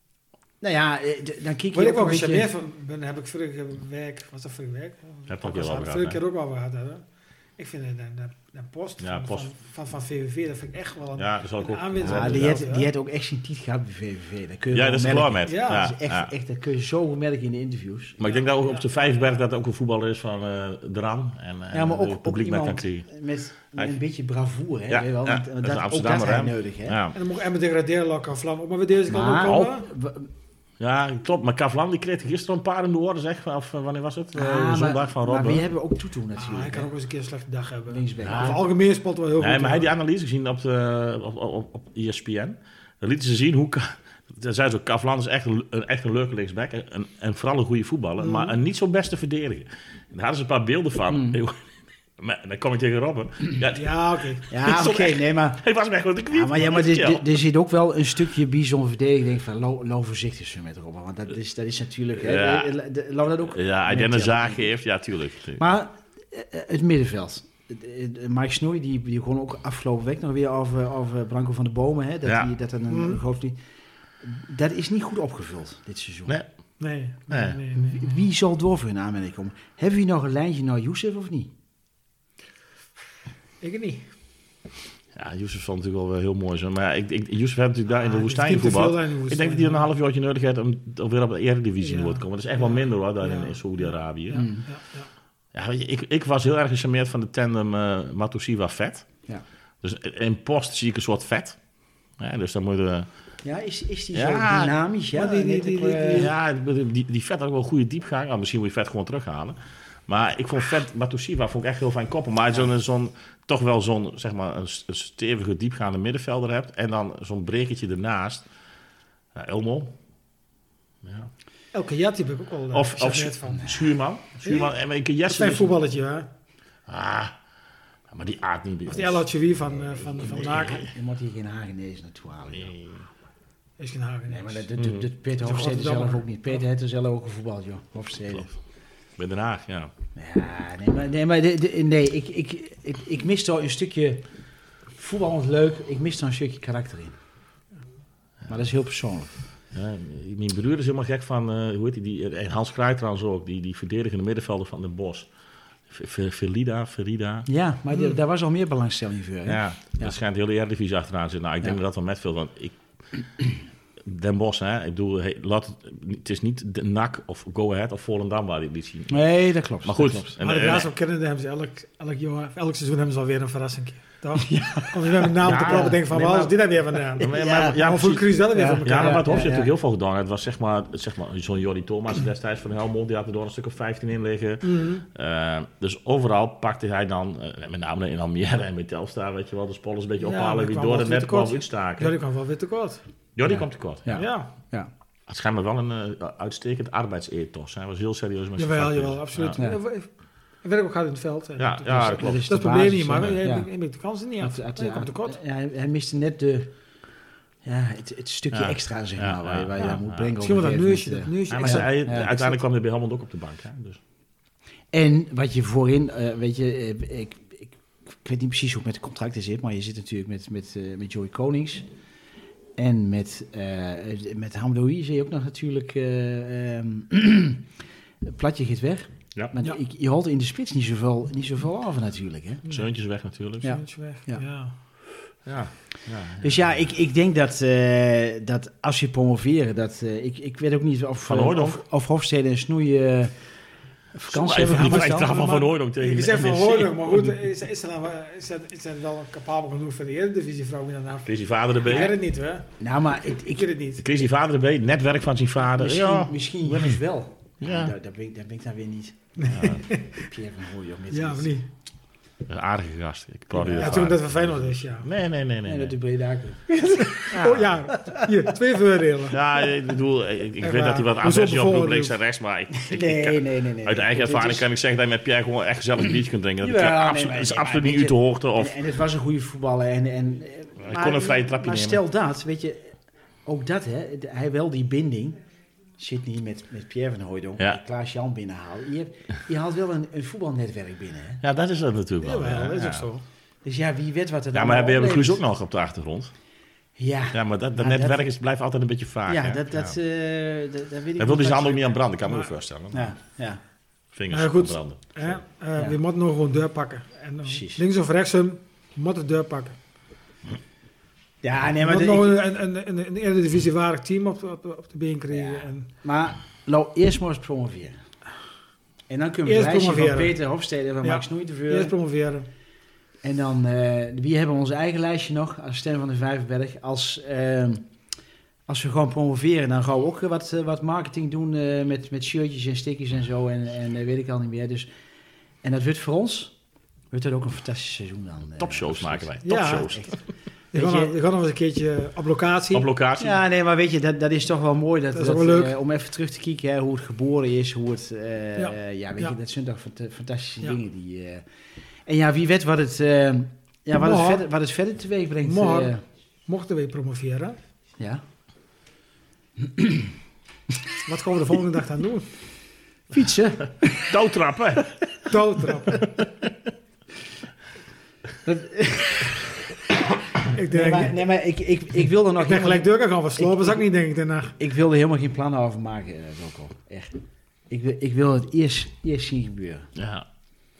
Nou ja, eh, d- dan kijk je Wat ik ook wel een beetje... gecharmeerd van ben, heb ik vorige week, was dat vorige week? Heb je ook heel Was over dat gehad, vorige hè? keer ook wel gehad hebben. Ik vind de, de, de post, Ja, van, post. Van, van, van V V V, dat vind ik echt wel een, Ja, dat zal ik een ook. aanwinst. Ja, op die het had, veld, die hè. had ook echt zijn tiet gehad bij V V V. Dat kun je Ja, wel dat is er merken. klaar met. Ja, Dat is echt, ja. echt, dat kun je zo merken in de interviews. Maar ik denk dat ook op de Vijfberg dat ook een voetballer is van uh, Dran. En, en Ja, maar ook, het ook publiek met kan iemand krijgen. met, met Hij- een beetje bravoure. Hè, Ja, weet je wel, ja, want, dat want is dat, een ook dat Amsterdammer, hij hè? nodig. Hè. Ja. En dan mocht Emmen degraderen, Lokka Vlam. Ook maar weer deze kant Maar, op komen. w- ja, klopt. Maar Kavlan die kreeg gisteren een paar in de oren, zeg. Of uh, wanneer was het? Uh, ah, zondag maar, van maar Robben. we hebben ook Tutu Ah, natuurlijk. hij kan hè. ook eens een keer een slechte dag hebben. Linksback. Ja. Over het algemeen speelt wel heel Nee, goed. maar hij hoor. die analyse gezien op, de, op, op, op E S P N. Daar lieten ze zien hoe... Ka- Daar zei ze ook, Kavlan is echt een, een, echt een leuke linksback. En, en vooral een goede voetballer. Mm. Maar een niet zo beste verdediger. En daar hadden ze een paar beelden van. Mm. Maar dan kom ik tegen Robben. Ja, Ja, oké. Ja, Stond oké, echt- nee, maar... hij was me echt wat ik Ja, maar, ja, maar er, ja. er, er zit ook wel een stukje bij zo'n verdediger. Ik denk van, lo, lo voorzichtig zijn met Robben. Want dat is, dat is natuurlijk... hè, Ja. de- de- de- laten we dat ook... Ja, hij met die een tellen. zaag geeft. Ja, tuurlijk. Maar eh, het middenveld. Eh, eh, Mike Snoei, die, die gewoon ook afgelopen week nog weer over, over Branko van de Bomen. Hè, dat, Ja. die, dat er een, Mm. een groot... Dat is niet goed opgevuld, dit seizoen. Nee. Nee, Nee. nee, nee. nee. Wie, wie zal door voor hun aanmerking komen? Hebben we nog een lijntje naar Youssef of niet? Ik het niet. Ja, Youssef vond natuurlijk wel weer heel mooi zo. Maar ja, ik, ik, Youssef heeft natuurlijk daar in de Ah, woestijn het is niet te voetbal. veel in de Ik woestijn, denk dat hij een ja. half jaartje nodig heeft om, om weer op de Eredivisie Ja. niveau te komen. Dat is echt wel minder hoor, dan Ja. in, in Saoedi-Arabië. Ja, Ja. Mm. ja, ja. Ja, weet je, ik, ik was heel erg gecharmeerd van de tandem uh, Matusiwa-Vet. Ja. Dus in post zie ik een soort vet. Ja, dus dan moet je... Ja, is, is die Ja, zo dynamisch? Ja, maar die- die- net die- ook, die- eh, Ja, die, die vet had ook wel goede diepgang. Ah, misschien moet je vet gewoon terughalen. Maar ik vond Vet Matusiwa vond ik echt heel fijn koppen. Maar zo'n, zo'n, toch wel zo'n, zeg maar, een, een stevige, diepgaande middenvelder hebt. En dan zo'n brekertje ernaast. Ja, Elmo. Ja. Elke Jat heb ik ook al. Of, of Schu- van. Schuurman. Schuurman. En een keer Dat is Jesse. een balletje, hè? Ah, maar die aard niet bij Of ons. die Elotje van, uh, van, van Naken. Je moet hier geen Hagenees naartoe halen. joh. Nee. Is geen Hagen. Nee, maar dat doet dat, dat Peter Dat is Hofstede Rotterdammer. zelf ook niet. Peter heeft er zelf ook gevoetbald, joh. Hofstede. Klopt. Bij Den Haag, ja. Ja, nee, maar, nee, maar de, de, nee, ik, ik, ik, ik mis toch een stukje voetbal is leuk. Ik mis er een stukje karakter in. Maar dat is heel persoonlijk. Ja, mijn broer is helemaal gek van, uh, hoe heet die, die en Hans Kraai trouwens ook, die, die verdedigende middenvelder van Den Bosch. Verlida, Verida. Ja, maar Hmm. daar was al meer belangstelling voor. Hè? Ja, Ja. dat schijnt heel de Eredivisie achteraan te zitten. Nou, ik denk Ja. dat dat wel met veel, want ik... Den Bosch, hè, ik bedoel, hey, laat het, het is niet de N A C of Go Ahead of Volendam waar die liet zien. Nee, dat klopt. Maar dat goed, klopt. en, Maar de en- laatste op Canada hebben ze elk, elk, jaar, elk seizoen hebben ze alweer een verrassing. Toch? Ja. Komt ze met een naam Ja. te klappen denken van, Nee, waar is maar- dit dan weer vandaan? Ja, maar- Ja. maar- ja, maar voor de precies. cruise wel weer Ja. van Ja, elkaar. maar wat ja, Hofstede ja. natuurlijk heel veel gedaan. Het was zeg maar, zeg maar zo'n Jordi Thomas destijds van Helmond, die had er door een stuk of vijftien in liggen. Mhm. Uh, dus overal pakte hij dan, uh, met name in Almere en met Telstar, weet je wel, de spollers een beetje Ja, maar ophalen die wie kwam door wel het net tekort. kwam uitstaken. Ja, die kan wel weer tekort. Jordi Ja. kwam tekort. Ja. Ja, Ja. Het schijnt me wel een uh, uitstekend arbeidsethos. Hij was heel serieus met zijn jawel, vak jawel, bezig. absoluut. Ja, Ja. Hij werkt ook hard in het veld. hè. ja, Dus ja, dat klopt. is dat is de het probleem basis, niet, maar hè. hij Ja. hij maakt de kansen niet af. Het- het- Hij komt tekort. Ja, hij, hij miste net de, ja, het, het stukje Ja. extra, zeg Ja, maar, waar, je- waar je ja, dat moet ja. brengen. Misschien op wel een dat gegeven neusje, dat moment, neusje. Ja, maar extra. hij, Ja, uiteindelijk kwam hij bij Helmond ook op de bank. Hè? Dus. eh. En wat je voorin, eh, weet je, eh, ik, ik, ik weet niet precies hoe het met de contracten zit, maar je zit natuurlijk met, met, eh, met Joey Konings. En met, uh, met Hamdoui zie je ook nog natuurlijk, uh, um, Platje gaat weg. Ja. Maar Ja. ik, je haalt in de spits niet zoveel, niet zoveel af natuurlijk, hè. Zeuntjes weg natuurlijk. Ja. Zeuntje weg. Ja. Ja. Ja. Ja. Dus ja, ik, ik denk dat, uh, dat als je promoveren, dat uh, ik, ik weet ook niet of, Van uh, Hooijdonk. of, of Hofstede en Snoei uh, vakantie Even hebben die gehad. vijf van Van Hooijdonk tegen Je zegt van M S C. Hooijdonk, maar goed, is, is, er dan, wel- is, dat, is dat wel capabel genoeg voor de Eredivisie vrouw weer dan af? Chris die vader Ik weet erbij. het niet, hè? Nou, maar ik, Ik ik, weet het niet. Chris die vader erbij. Netwerk van zijn vader. misschien, Ja. misschien juist wel. Ja. Ja. Daar, daar, ben ik, daar ben ik dan weer niet. Ja. Pierre van Hooijdonk met Ja, iets. of niet? Een aardige gast. Ik probeer Ja, het toen vaak. dat we Feyenoord is, ja. Nee, nee, nee, nee. Nee, nee. dat is Breda. Oh ja, hier, twee voordelen. Ja, ik bedoel, ik, ik Echt weet dat hij waar. wat Hoezo aversie op bevoordeeld? links en rechts, maar ik, ik, ik Nee, kan- nee, nee, nee. uit eigen Dit ervaring is- kan ik zeggen dat je met Pierre gewoon echt zelf een biertje kunt drinken. Dat Jawel, is nee, absoluut, maar- is nee, absoluut maar niet uit de weet je- hoogte. Of, En, en het was een goede voetballer. En, en, Hij kon een vrije trapje maar nemen. stel dat, weet je, ook dat, hè, de- hij wel die binding, Sydney met, met Pierre van Hooijdonk, Ja. en Klaas-Jan binnenhalen. Je, hebt, je haalt wel een, een voetbalnetwerk binnen. Hè? ja, dat is het natuurlijk wel. Jawel, ja, dat is ja. ook zo. Dus ja, wie weet wat er Ja, dan maar we hebben oplevert. Kloes ook nog op de achtergrond. Ja, Ja, maar dat, dat Ja, netwerk dat- is, blijft altijd een beetje vaag. ja, hè? dat, dat, ja. eh, dat, dat weet ik Hij niet wil die wat zijn hand je- ook niet aan branden, kan ik me Maar- ook voorstellen. Ja, ja. Vingers Ja, goed. branden. Hè? Uh, Ja. Je moet nog gewoon deur pakken. En, uh, Precies. links of rechts, hem, je moet de deur pakken. Ja, nee, Je maar, moet de- nog ik- een, een, een, een Eredivisie-waardig team op, op, op de been krijgen. Ja. En, maar nou, eerst maar eens promoveren. En dan kunnen we Eerst het lijstje van promoveren. Peter Hofstede en van Ja. Max Snoei te eerst vullen. promoveren. En dan, eh, wie hebben ons eigen lijstje nog als Stem van de Vijverberg? Als, ehm, als we gewoon promoveren, dan gaan we ook wat, eh, wat marketing doen eh, met, met shirtjes en stickers en zo. En, en eh, weet ik al niet meer. Dus, en dat wordt voor ons wordt dat ook een fantastisch seizoen dan. eh, Topshows maken wij. Ja. Topshows. Echt. Je Weet gaat je- nog- je gaat nog eens een keertje op locatie. Op locatie. Ja, nee, maar weet je, dat, dat is toch wel mooi. Dat, Dat is dat, ook wel leuk. eh, om even terug te kijken hè, hoe het geboren is. Hoe het, eh, Ja. eh, ja, weet Ja. je, dat zijn toch fant- fantastische Ja. dingen. Die, eh, en ja, wie weet wat het, eh, ja, wat het, Maar- verder, wat het verder teweeg brengt. Maar- eh, Mochten we promoveren, ja. wat gaan we de volgende dag dan doen? Fietsen. Touwtrappen. Touwtrappen. Ik denk, Nee, maar, nee, maar ik, ik, ik wilde nog ik ben helemaal, gelijk deur gaan verslopen, Ik- zou ik niet denken daarna. ik wilde helemaal geen plannen over maken, uh, Wilco. Echt. Ik wil, ik wil het eerst, eerst zien gebeuren. Ja.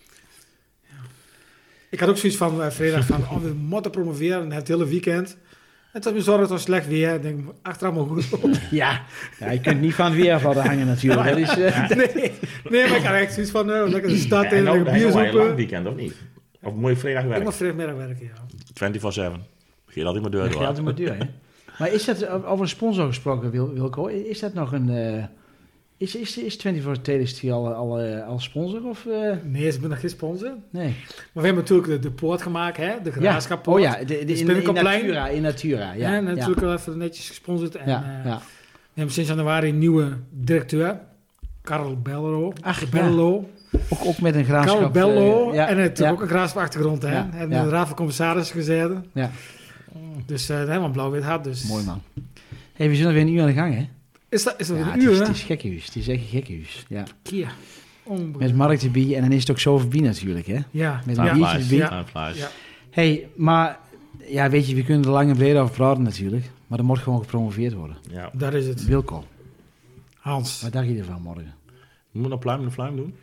Ik had ook zoiets van uh, vrijdag van, oh, we moeten promoveren het hele weekend. En toen bezorgd het was slecht weer. Ik denk, achteraf maar goed. Ja. ja, je kunt niet van het weervallen hangen natuurlijk. Dat is, uh, nee, nee, maar ik had echt zoiets van, uh, lekker de stad in, en ook lekker bier een lang zoeken. weekend, of niet? Of moet je vrijdag Ik moet werken? vrijdagmiddag werken, ja. vierentwintig zeven. Geef altijd maar deur dat door. geldt maar duur, hè? Maar is dat, over een sponsor gesproken, Wil- Wilco, is dat nog een, uh, Is, is, is vierentwintig Televisie al, al, al sponsor? Of, uh... Nee, ze zijn nog geen sponsor. Nee. Maar we hebben natuurlijk de, de poort gemaakt, hè? De Graafschappoort. Ja. Oh ja, de, de, de in, in Natura. In Natura, ja. En natuurlijk ja. wel even netjes gesponsord. En, ja, uh, ja. we hebben sinds januari een nieuwe directeur. Karel Bello. Ach, Bello. Ja. Ook, ook met een graafschap. Karel Bello. Uh, ja, en natuurlijk ja. ook een graafschapachtergrond, hè? Ja, en ja. de raad van commissarissen gezeten. Ja. Dus uh, helemaal blauw-wit had. Dus. Mooi man. Hey, we zijn weer een uur aan de gang, hè? Is dat, is dat ja, een uur, het is, hè? het is gekkenhuis. Het is echt een gekkenhuis. Ja. Keer. Met markt erbij en dan is het ook zo voorbij natuurlijk, hè? Ja. Met ja. een biertje erbij. Ja. Ja. Ja. Hey, maar... Ja, weet je, we kunnen er lang en breed over praten natuurlijk. Maar er moet gewoon gepromoveerd worden. Ja. Daar is het. Wilco. Hans. Wat dacht je ervan morgen? Moet je nou pluim de fluim doen?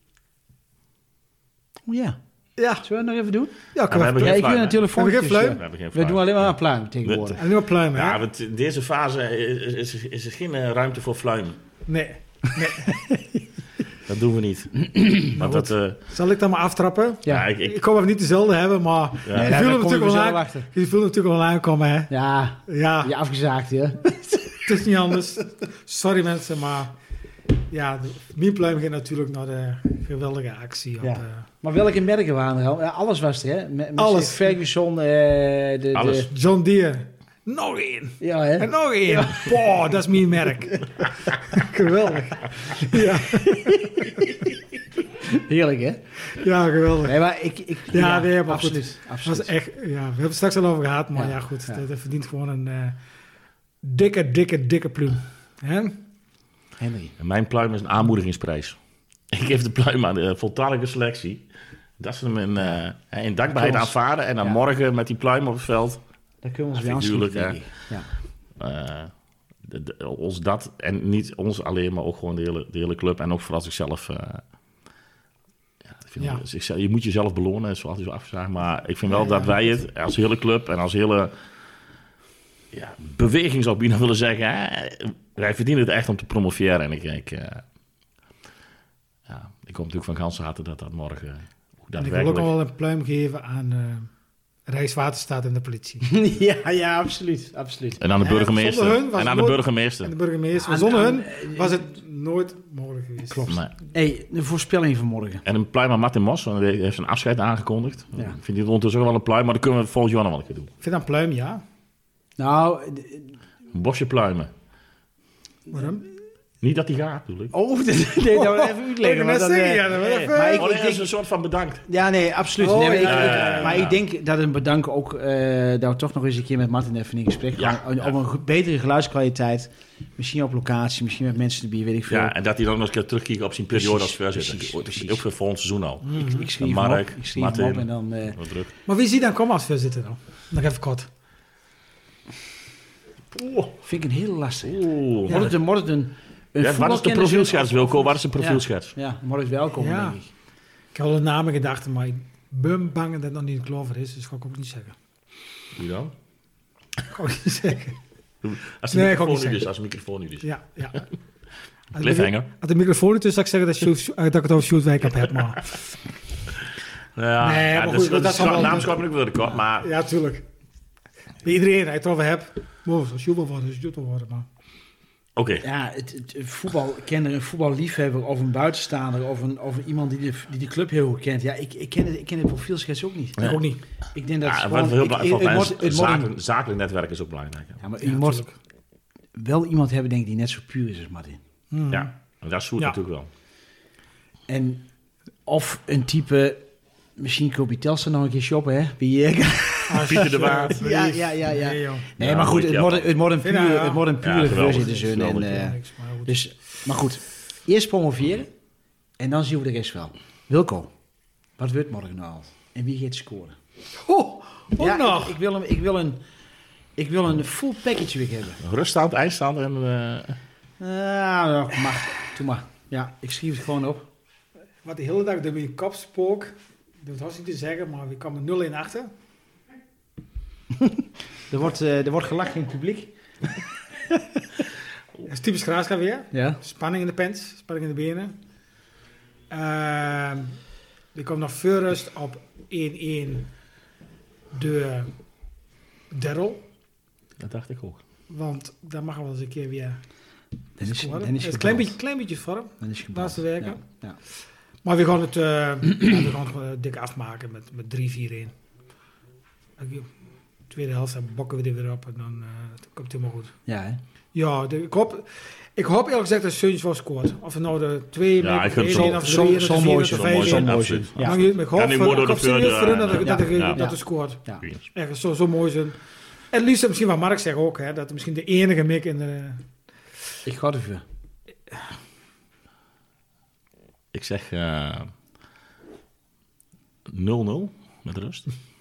O ja. Ja. Zullen we het nog even doen? Ja, Ja, we hebben Ja, geen ik wil fluim, natuurlijk Hebben we geen fluim? We hebben geen We fluim. doen alleen maar een pluim tegenwoordig. En nu maar pluimen, Ja, hè? want deze fase is, is, is er geen uh, ruimte voor fluimen. Nee. Dat doen we niet. Want dat, uh, Zal ik dan maar aftrappen? Ja. ja, ik, Ik ik, kom even niet dezelfde hebben, maar... Ja. Nee, je daar voelt hem kom je natuurlijk wel zelf aan. achter. Je voelt natuurlijk wel aankomen, hè? Ja, Ja, je afgezaagd, hè? het is niet anders. Sorry mensen, maar... Ja, de, mijn pluim ging natuurlijk naar de geweldige actie. Op, Ja. uh, Maar welke merken waren er al? Ja, alles was er, hè? Met, met Alles. Ferguson, uh, de, Alles. de... John Deere. Nog één. Ja, hè? En nog één. Boah, dat is mijn merk. Geweldig. Ja, Heerlijk, hè? ja, geweldig. Nee, maar ik... ik Ja, nee, maar absoluut. Dat absoluut. was echt, ja, we hebben het straks al over gehad, maar Ja, ja, goed, ja. Dat, dat verdient gewoon een uh, dikke, dikke, dikke pluim. Hè? Henry. mijn pluim is een aanmoedigingsprijs. Ik geef de pluim aan de voltallige selectie. Dat ze hem in, uh, in dankbaarheid Klopt. aanvaarden. En dan Ja. morgen met die pluim op het veld. Daar kunnen we ons Dat weer vind ik aansluiten, duidelijk, denk ik. Ja. Uh, de, de, ons dat. En niet ons alleen, maar ook gewoon de hele, de hele club. En ook vooral zichzelf. Uh, ja, ik vind Ja. wel- zichzelf- je moet jezelf belonen, zoals je zo afgezegd. Maar ik vind wel Ja, dat ja. wij het als hele club en als hele ja, beweging zou ik bijna willen zeggen. Hè, wij verdienen het echt om te promoveren. En ik, ik, uh, ja, ik hoop natuurlijk van ganse harte dat dat morgen ook En ik wil ook daadwerkelijk... nog wel een pluim geven aan uh, Rijkswaterstaat en de politie. ja, ja, absoluut. absoluut. En aan de En burgemeester. zonder hun was En aan het de nooit- burgemeester. En de burgemeester. Aan- Zonder aan- hun was het nooit mogelijk geweest. Klopt. Nee. Hey, de voorspelling van morgen. En een pluim aan Martin Mos, want hij heeft zijn afscheid aangekondigd. Ja. Ik vind dit ondertussen ook wel een pluim, maar dan kunnen we volgend jaar nog wel een keer doen. Ik vind dat een pluim, ja. Nou, d- Een bosje pluimen. Waarom? Niet dat hij gaat, bedoel ik. oh, nee, dat wil ik even Ik uitleggen. wil want net dan, zeggen, eh, ja, dat wil Nee, even- maar ik- oh, nee, dat is een soort van bedankt. Ja, nee, absoluut. Oh, nee, maar ik, ja, ik- ja, ja, maar ja. ik denk dat een bedanken ook, uh, dat we toch nog eens een keer met Martin even in gesprek Ja, gaan. ja. Op een go- betere geluidskwaliteit. Misschien op locatie, misschien met mensen erbij, weet ik veel. Ja, en dat hij dan nog eens een keer terugkijkt op zijn periode Precies, als voorzitter. precies, Ook- precies. Ook voor volgend seizoen al. ik, ik schreef Mark, hem op, ik schreef hem Martin. op en dan... eh, Wat druk. Maar wie zie je dan komen als voorzitter dan? Nog even kort. vind ik een heel lastig. Oeh. Wordt het een, wordt het een, een Ja, wat is de profielschets, Wilco? Wat is de profielschets? Ja, ja wordt het welkom, Ja. denk ik. Ik heb al de namen gedacht, maar ik ben bang dat het nog niet Clover is. Dus ga ik ook niet zeggen. Wie dan? Ga ik niet zeggen. Als de Nee, ik ga microfoon ook niet nu is. zeggen. Als de microfoon nu is. Ja, ja. Als de Cliffhanger. micro- Als de microfoon niet is, zou ik zeggen dat, Sjoerd- eh, dat ik het over Sjoerd Wijkamp heb. Maar Ja, Nee, ja, maar dat goed, is- dat dat is is allemaal- naamschap ik wilde kort, maar ja, tuurlijk. Bij iedereen, hij het erover hebt. Wow, als Sjoerd wil worden, is Sjoerd wil worden. Maar oké. Ja, het, het, het voetbalkenner, een voetballiefhebber of een buitenstaander of, een, of iemand die de, die de club heel goed kent. Ja, ik, ik, ken, het, ik ken het profielschets ook niet. ik ook niet. Ik denk dat Ja, het wat gewoon... heel ik- belangrijk het is, moet- het moet een- zakelijk, zakelijk netwerk is ook belangrijk. Ja, Ja, maar Ja, je moet tuurlijk. wel iemand hebben, denk ik, die net zo puur is als Martin. Hmm. ja. En dat is goed Ja. natuurlijk wel. En of een type... Misschien koop je Telstra nog een keer shoppen, hè? Bij, eh, Als- Pieter de Waard. Ja, ja, ja, ja. Nee, joh. Nee, Ja, maar goed, goed, het ja. moet, het moet een Vind je pure, nou, ja. het moet een Ja, pure geweldig. voorzitter zijn. En, Geweldig, eh, Niks, maar goed. dus, maar goed, eerst promoveren en dan zien we de rest wel. Wilco, wat wordt morgen nou al? En wie gaat scoren? Oh, ook Ja, nog. Ik, ik, wil hem, ik, wil een, ik wil een full package weer hebben. Ruststand, eindstand en... eh, Nou, nou, mag. Doe maar. Ja, ik schrijf het gewoon op. Wat de hele dag door mijn kop spook. Dat was niet te zeggen, maar ik kwam er nul in achter. Er wordt, uh, er wordt gelachen in het publiek. Dat is typisch Graafschap weer. Ja. Spanning in de pens, spanning in de benen. Uh, er komt nog veel rust op één-één de Daryl. dat dacht ik ook. Want daar mag wel eens een keer weer Dan is, scoren. dan is Het is een het klein beetje, klein beetje vorm. Dan is het Laatste werken. Ja. Ja. Maar we gaan het, uh, ja, we gaan het gewoon dik afmaken met, met drie vier een. Tweede helft, dan bokken we er weer op en dan uh, komt het helemaal goed. Ja, hè? Ja, de, ik, hoop, ik hoop eerlijk gezegd dat Seuntjes wel scoort. Of er nou de twee, Ja, ik vind de het één zo- of de zo- drie, of zo de vier, mooi of de zo vijf. mooi zijn, Ja. absoluut. Ja. Maar ik hoop En die voor- moeder ik hoop de Veurne, serieus voor hun dat, ja. ik- dat, ik- Ja. dat Ja. er scoort. Ja. Echt, zo, zo mooi zijn. En het liefst misschien wat Mark zegt ook, hè, dat het misschien de enige mik in de... Ik ga ervoor. Ik zeg eh, nul nul met rust.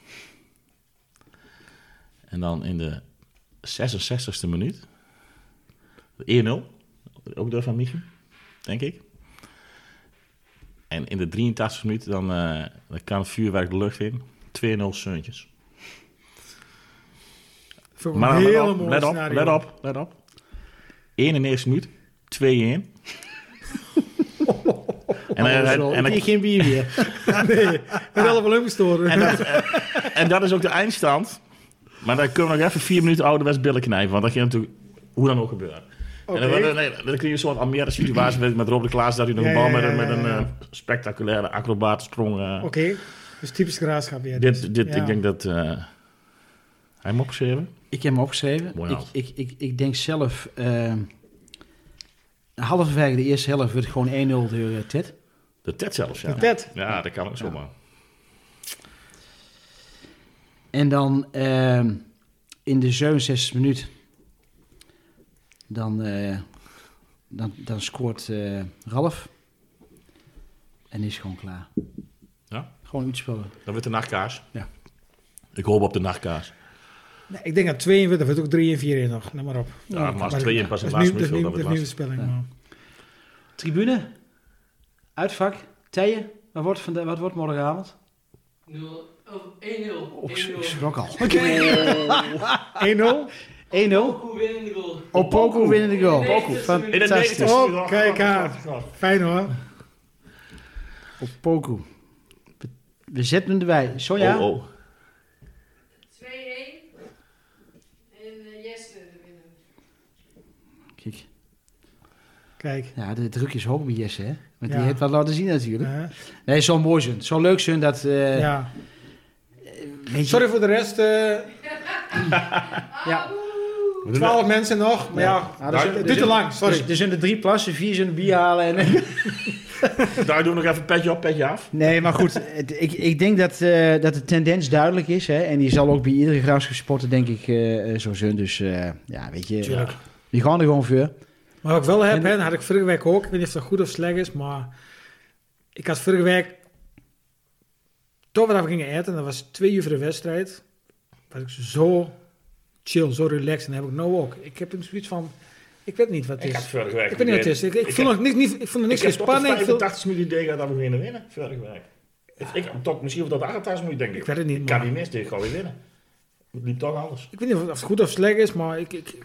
En dan in de zesenzestigste minuut één nul. Ook door van Michi, denk ik. En in de drieëntachtigste minuut dan, uh, dan kan het vuurwerk de lucht in. twee nul Seuntjes. Voor een Maar hele let op, mooie let op, scenario. let op, let op. eenennegentigste minuut, twee een. En, uh, en, en, ik geen bier meer. Nee, het helft wel omgestoren. en, dat, en, en dat is ook de eindstand. Maar dan kunnen we nog even vier minuten ouderwets billen knijpen. Want dat gaat natuurlijk hoe dan ook gebeuren. Oké. En dan, nee, dan krijg je een soort Almere situatie met, met Rob de Klaas. Dat hij nog Ja, een bal ja, met, ja, een- met ja, een ja. uh, spectaculaire acrobaatsprong. Uh, Oké, okay. Dus typisch graafschap weer. Dus. dit, dit, Ja. Ik denk dat uh, hij hem opgeschreven. Ik heb hem opgeschreven. Mooi Ik, hand. ik, ik, ik denk zelf... Uh, halverwege de eerste helft wordt gewoon één nul door uh, Ted. De Ted zelfs, ja. De Ted. Ja, dat kan ook zomaar. En dan uh, in de zevenenzestigste minuut... Dan, uh, dan, dan scoort uh, Ralf. En is gewoon klaar. Ja? Gewoon uitspelen. Dan wordt de nachtkaars. Ja. Ik hoop op de nachtkaars. Nee, ik denk dat tweeënveertig, dat wordt ook drie en vier in nog. Neem maar op. Ja, maar als Maar twee dat- in pas in dat de is laatste nieuw- minuut dat veel, is dat nieuw- wordt dat is lastig. nieuwe spelling. maar- Tribune. Uitvak. Tijen. Wat wordt, van de, wat wordt morgenavond? nul, oh, één nul. Oh, ik één nul. schrok al. één nul. één nul. Poku winnen de goal. Opoku winnen de goal. In de negentigste In de Fantastisch. negentigste Oh, minuut. kijk aan. Fijn hoor. Opoku. We, we zetten hem erbij. Sonja? Oh, oh. twee-één. En uh, Jesse de winnen. Kijk. Kijk. Ja, de druk is hoog bij Jesse, hè? Want Ja. die heeft wat laten zien natuurlijk. Uh, Nee, zo mooi zijn. Zo leuk zijn dat... Uh, ja. weet je, Sorry voor de rest. eh Ja. twaalf mensen nog. Maar ja, Ja, er zijn- het er duurt te zijn- lang. Sorry. Er, er zijn er drie plassen, vier zijn bier halen. En, Daar doen we nog even petje op, petje af. nee, maar goed. Het, ik, ik denk dat, uh, dat de tendens duidelijk is. Hè? En die zal ook bij iedere graafschapssporter denk ik uh, zo zijn. Dus uh, ja, weet je. Tuurlijk. Die gaan er gewoon voor. Maar wat ik wel heb, En- hè, dat had ik vorige week ook. Ik weet niet of dat goed of slecht is, maar ik had vorige week toch wat we gingen eten. Dat was twee uur voor de wedstrijd. Was ik zo chill, zo relaxed. En dat heb ik nou ook. Ik heb een zoiets van, ik weet niet wat het Ik is. had vorige week. Ik weet niet wat het is. Ik, ik, Ik voel heb- nog niks, niet, ik voel nog niks Ik geen heb tot de spanning. Ik, voel- vijfentachtigste minuut idee gehad dat we gingen winnen. Vorige week. Ik, ik, tot, misschien tot de achtentachtigste minuut denk ik. Ik weet het niet, Ik kan maar- niet mis, ik ga weer winnen. Het liep toch anders. ik weet niet of het goed of slecht is, maar ik, ik,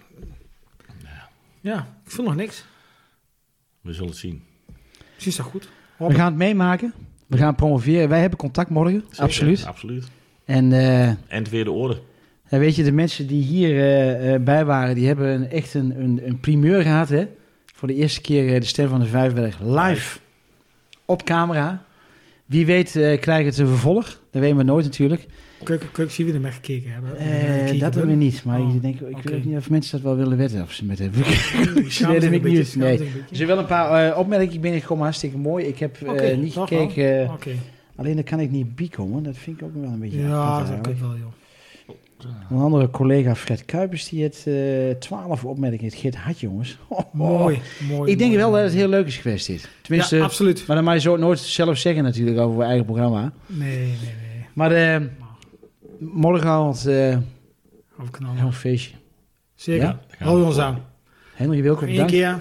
ja, ik voel nog niks. We zullen het zien. Misschien is dat goed. We gaan het meemaken. We gaan promoveren. Wij hebben contact morgen. Zeker, Absoluut. Absoluut. En uh, En tweede orde. ja, weet je, de mensen die hier uh, uh, bij waren, die hebben een, echt een, een, een primeur gehad. Hè? Voor de eerste keer uh, de Stem van de Vijfberg live op camera. Wie weet uh, krijgen het een vervolg. Dat weten we nooit natuurlijk. Kijk, kijk, zie wie er mee gekeken hebben. Uh, Gekeken dat doen we hebben. niet. Maar Oh, ik, denk, ik oké. weet ook niet of mensen dat wel willen weten. Of ze met hebben. Schaam Nee, zich dat een weet ik beetje, niet. schaam Nee. zich een Er beetje. zijn wel een paar uh, opmerkingen binnengekomen. Hartstikke mooi. Ik heb uh, Oké, niet toch wel. gekeken. Uh, Oké. alleen daar kan ik niet bijkomen. Dat vind ik ook wel een beetje Ja, apart dat eigenlijk. kan wel, joh. Een andere collega, Fred Kuipers, die het uh, twaalf opmerkingen het Geert had, jongens. Oh, oh. Mooi, mooi. Ik denk mooi, wel mooi. dat het heel leuk is geweest, dit. Tenminste, Ja, absoluut. maar dat mag je zo nooit zelf zeggen natuurlijk over mijn eigen programma. Nee, nee, nee. Maar uh, morgenavond uh, Over knallen. heel een feestje. Zeker. Ja? Hou ons aan. Henry Wilco, Eén bedankt. keer.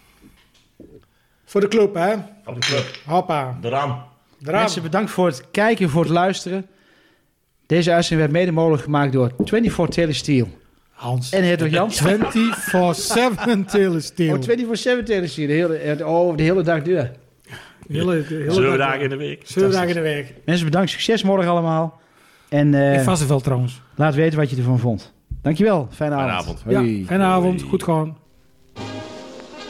Voor de club, hè? Op de club. Hoppa. De ram. Eraan. Mensen, bedankt voor het kijken, voor het luisteren. Deze uitzending werd mede mogelijk gemaakt door vierentwintig Telesteel Hans. en Hedwig Jans. vierentwintig zeven telesteel. Oh, vierentwintig zeven Telesteel, de hele, oh, de hele dag deur. Hele, hele Zeven dag- dagen in de week. Zeven dagen in de week. Mensen, bedankt. Succes morgen allemaal. En uh, In Vassenveld trouwens. laat weten wat je ervan vond. Dankjewel. Fijne Fijne avond. avond. Hoi. Ja, fijne avond. Hoi. Goed gewoon.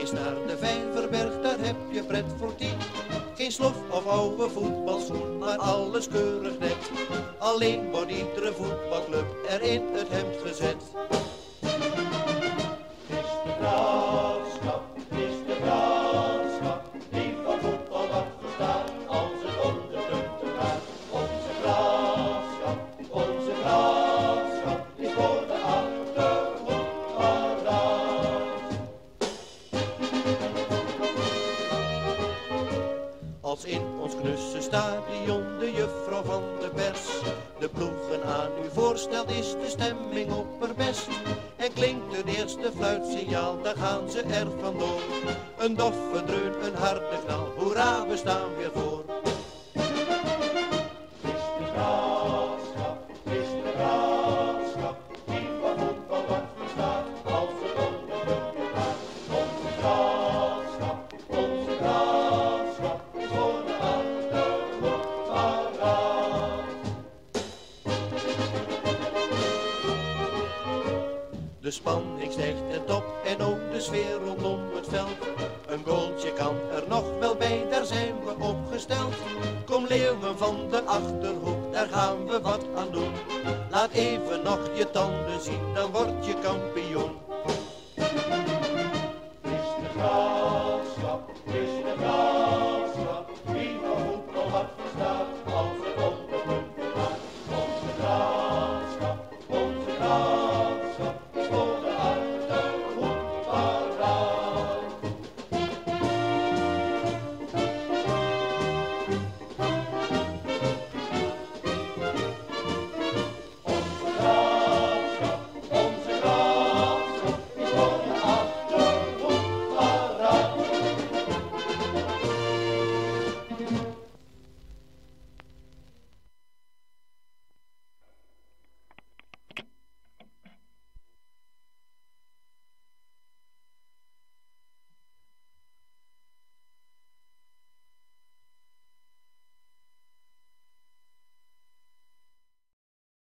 eens naar de Vijverberg, daar heb je pret voor tien. Geen slof of oude voetbalschoen, maar alles keurig net. Alleen wordt iedere voetbalclub er in het hemd gezet. Het is de graafschap, het is de graafschap, die van voetbal wat verstaat, als het om de punten gaat. Onze graafschap, onze graafschap, is voor de achterhoek paraat. Als in ons knusse stadion de juffrouw van de pers de ploegen aan u voorstelt, is de stemming opperbest. En klinkt het eerste fluitsignaal, dan gaan ze er vandoor. Een doffe dreun, een harde knal, hoera, we staan weer voor. Het is de graafschap, het is de graafschap, die van voetbal wat verstaat, als het om de punten gaat. Onze graafschap, onze graafschap, is voor de achterhoek paraat. De spanning stijgt ten top en ook de sfeer rondom het veld. Een goaltje kan er nog wel bij, daar zijn we opgesteld. Kom leeuwen van de Achterhoek, daar gaan we wat aan doen. Laat even nog je tanden zien, dan word je kampioen.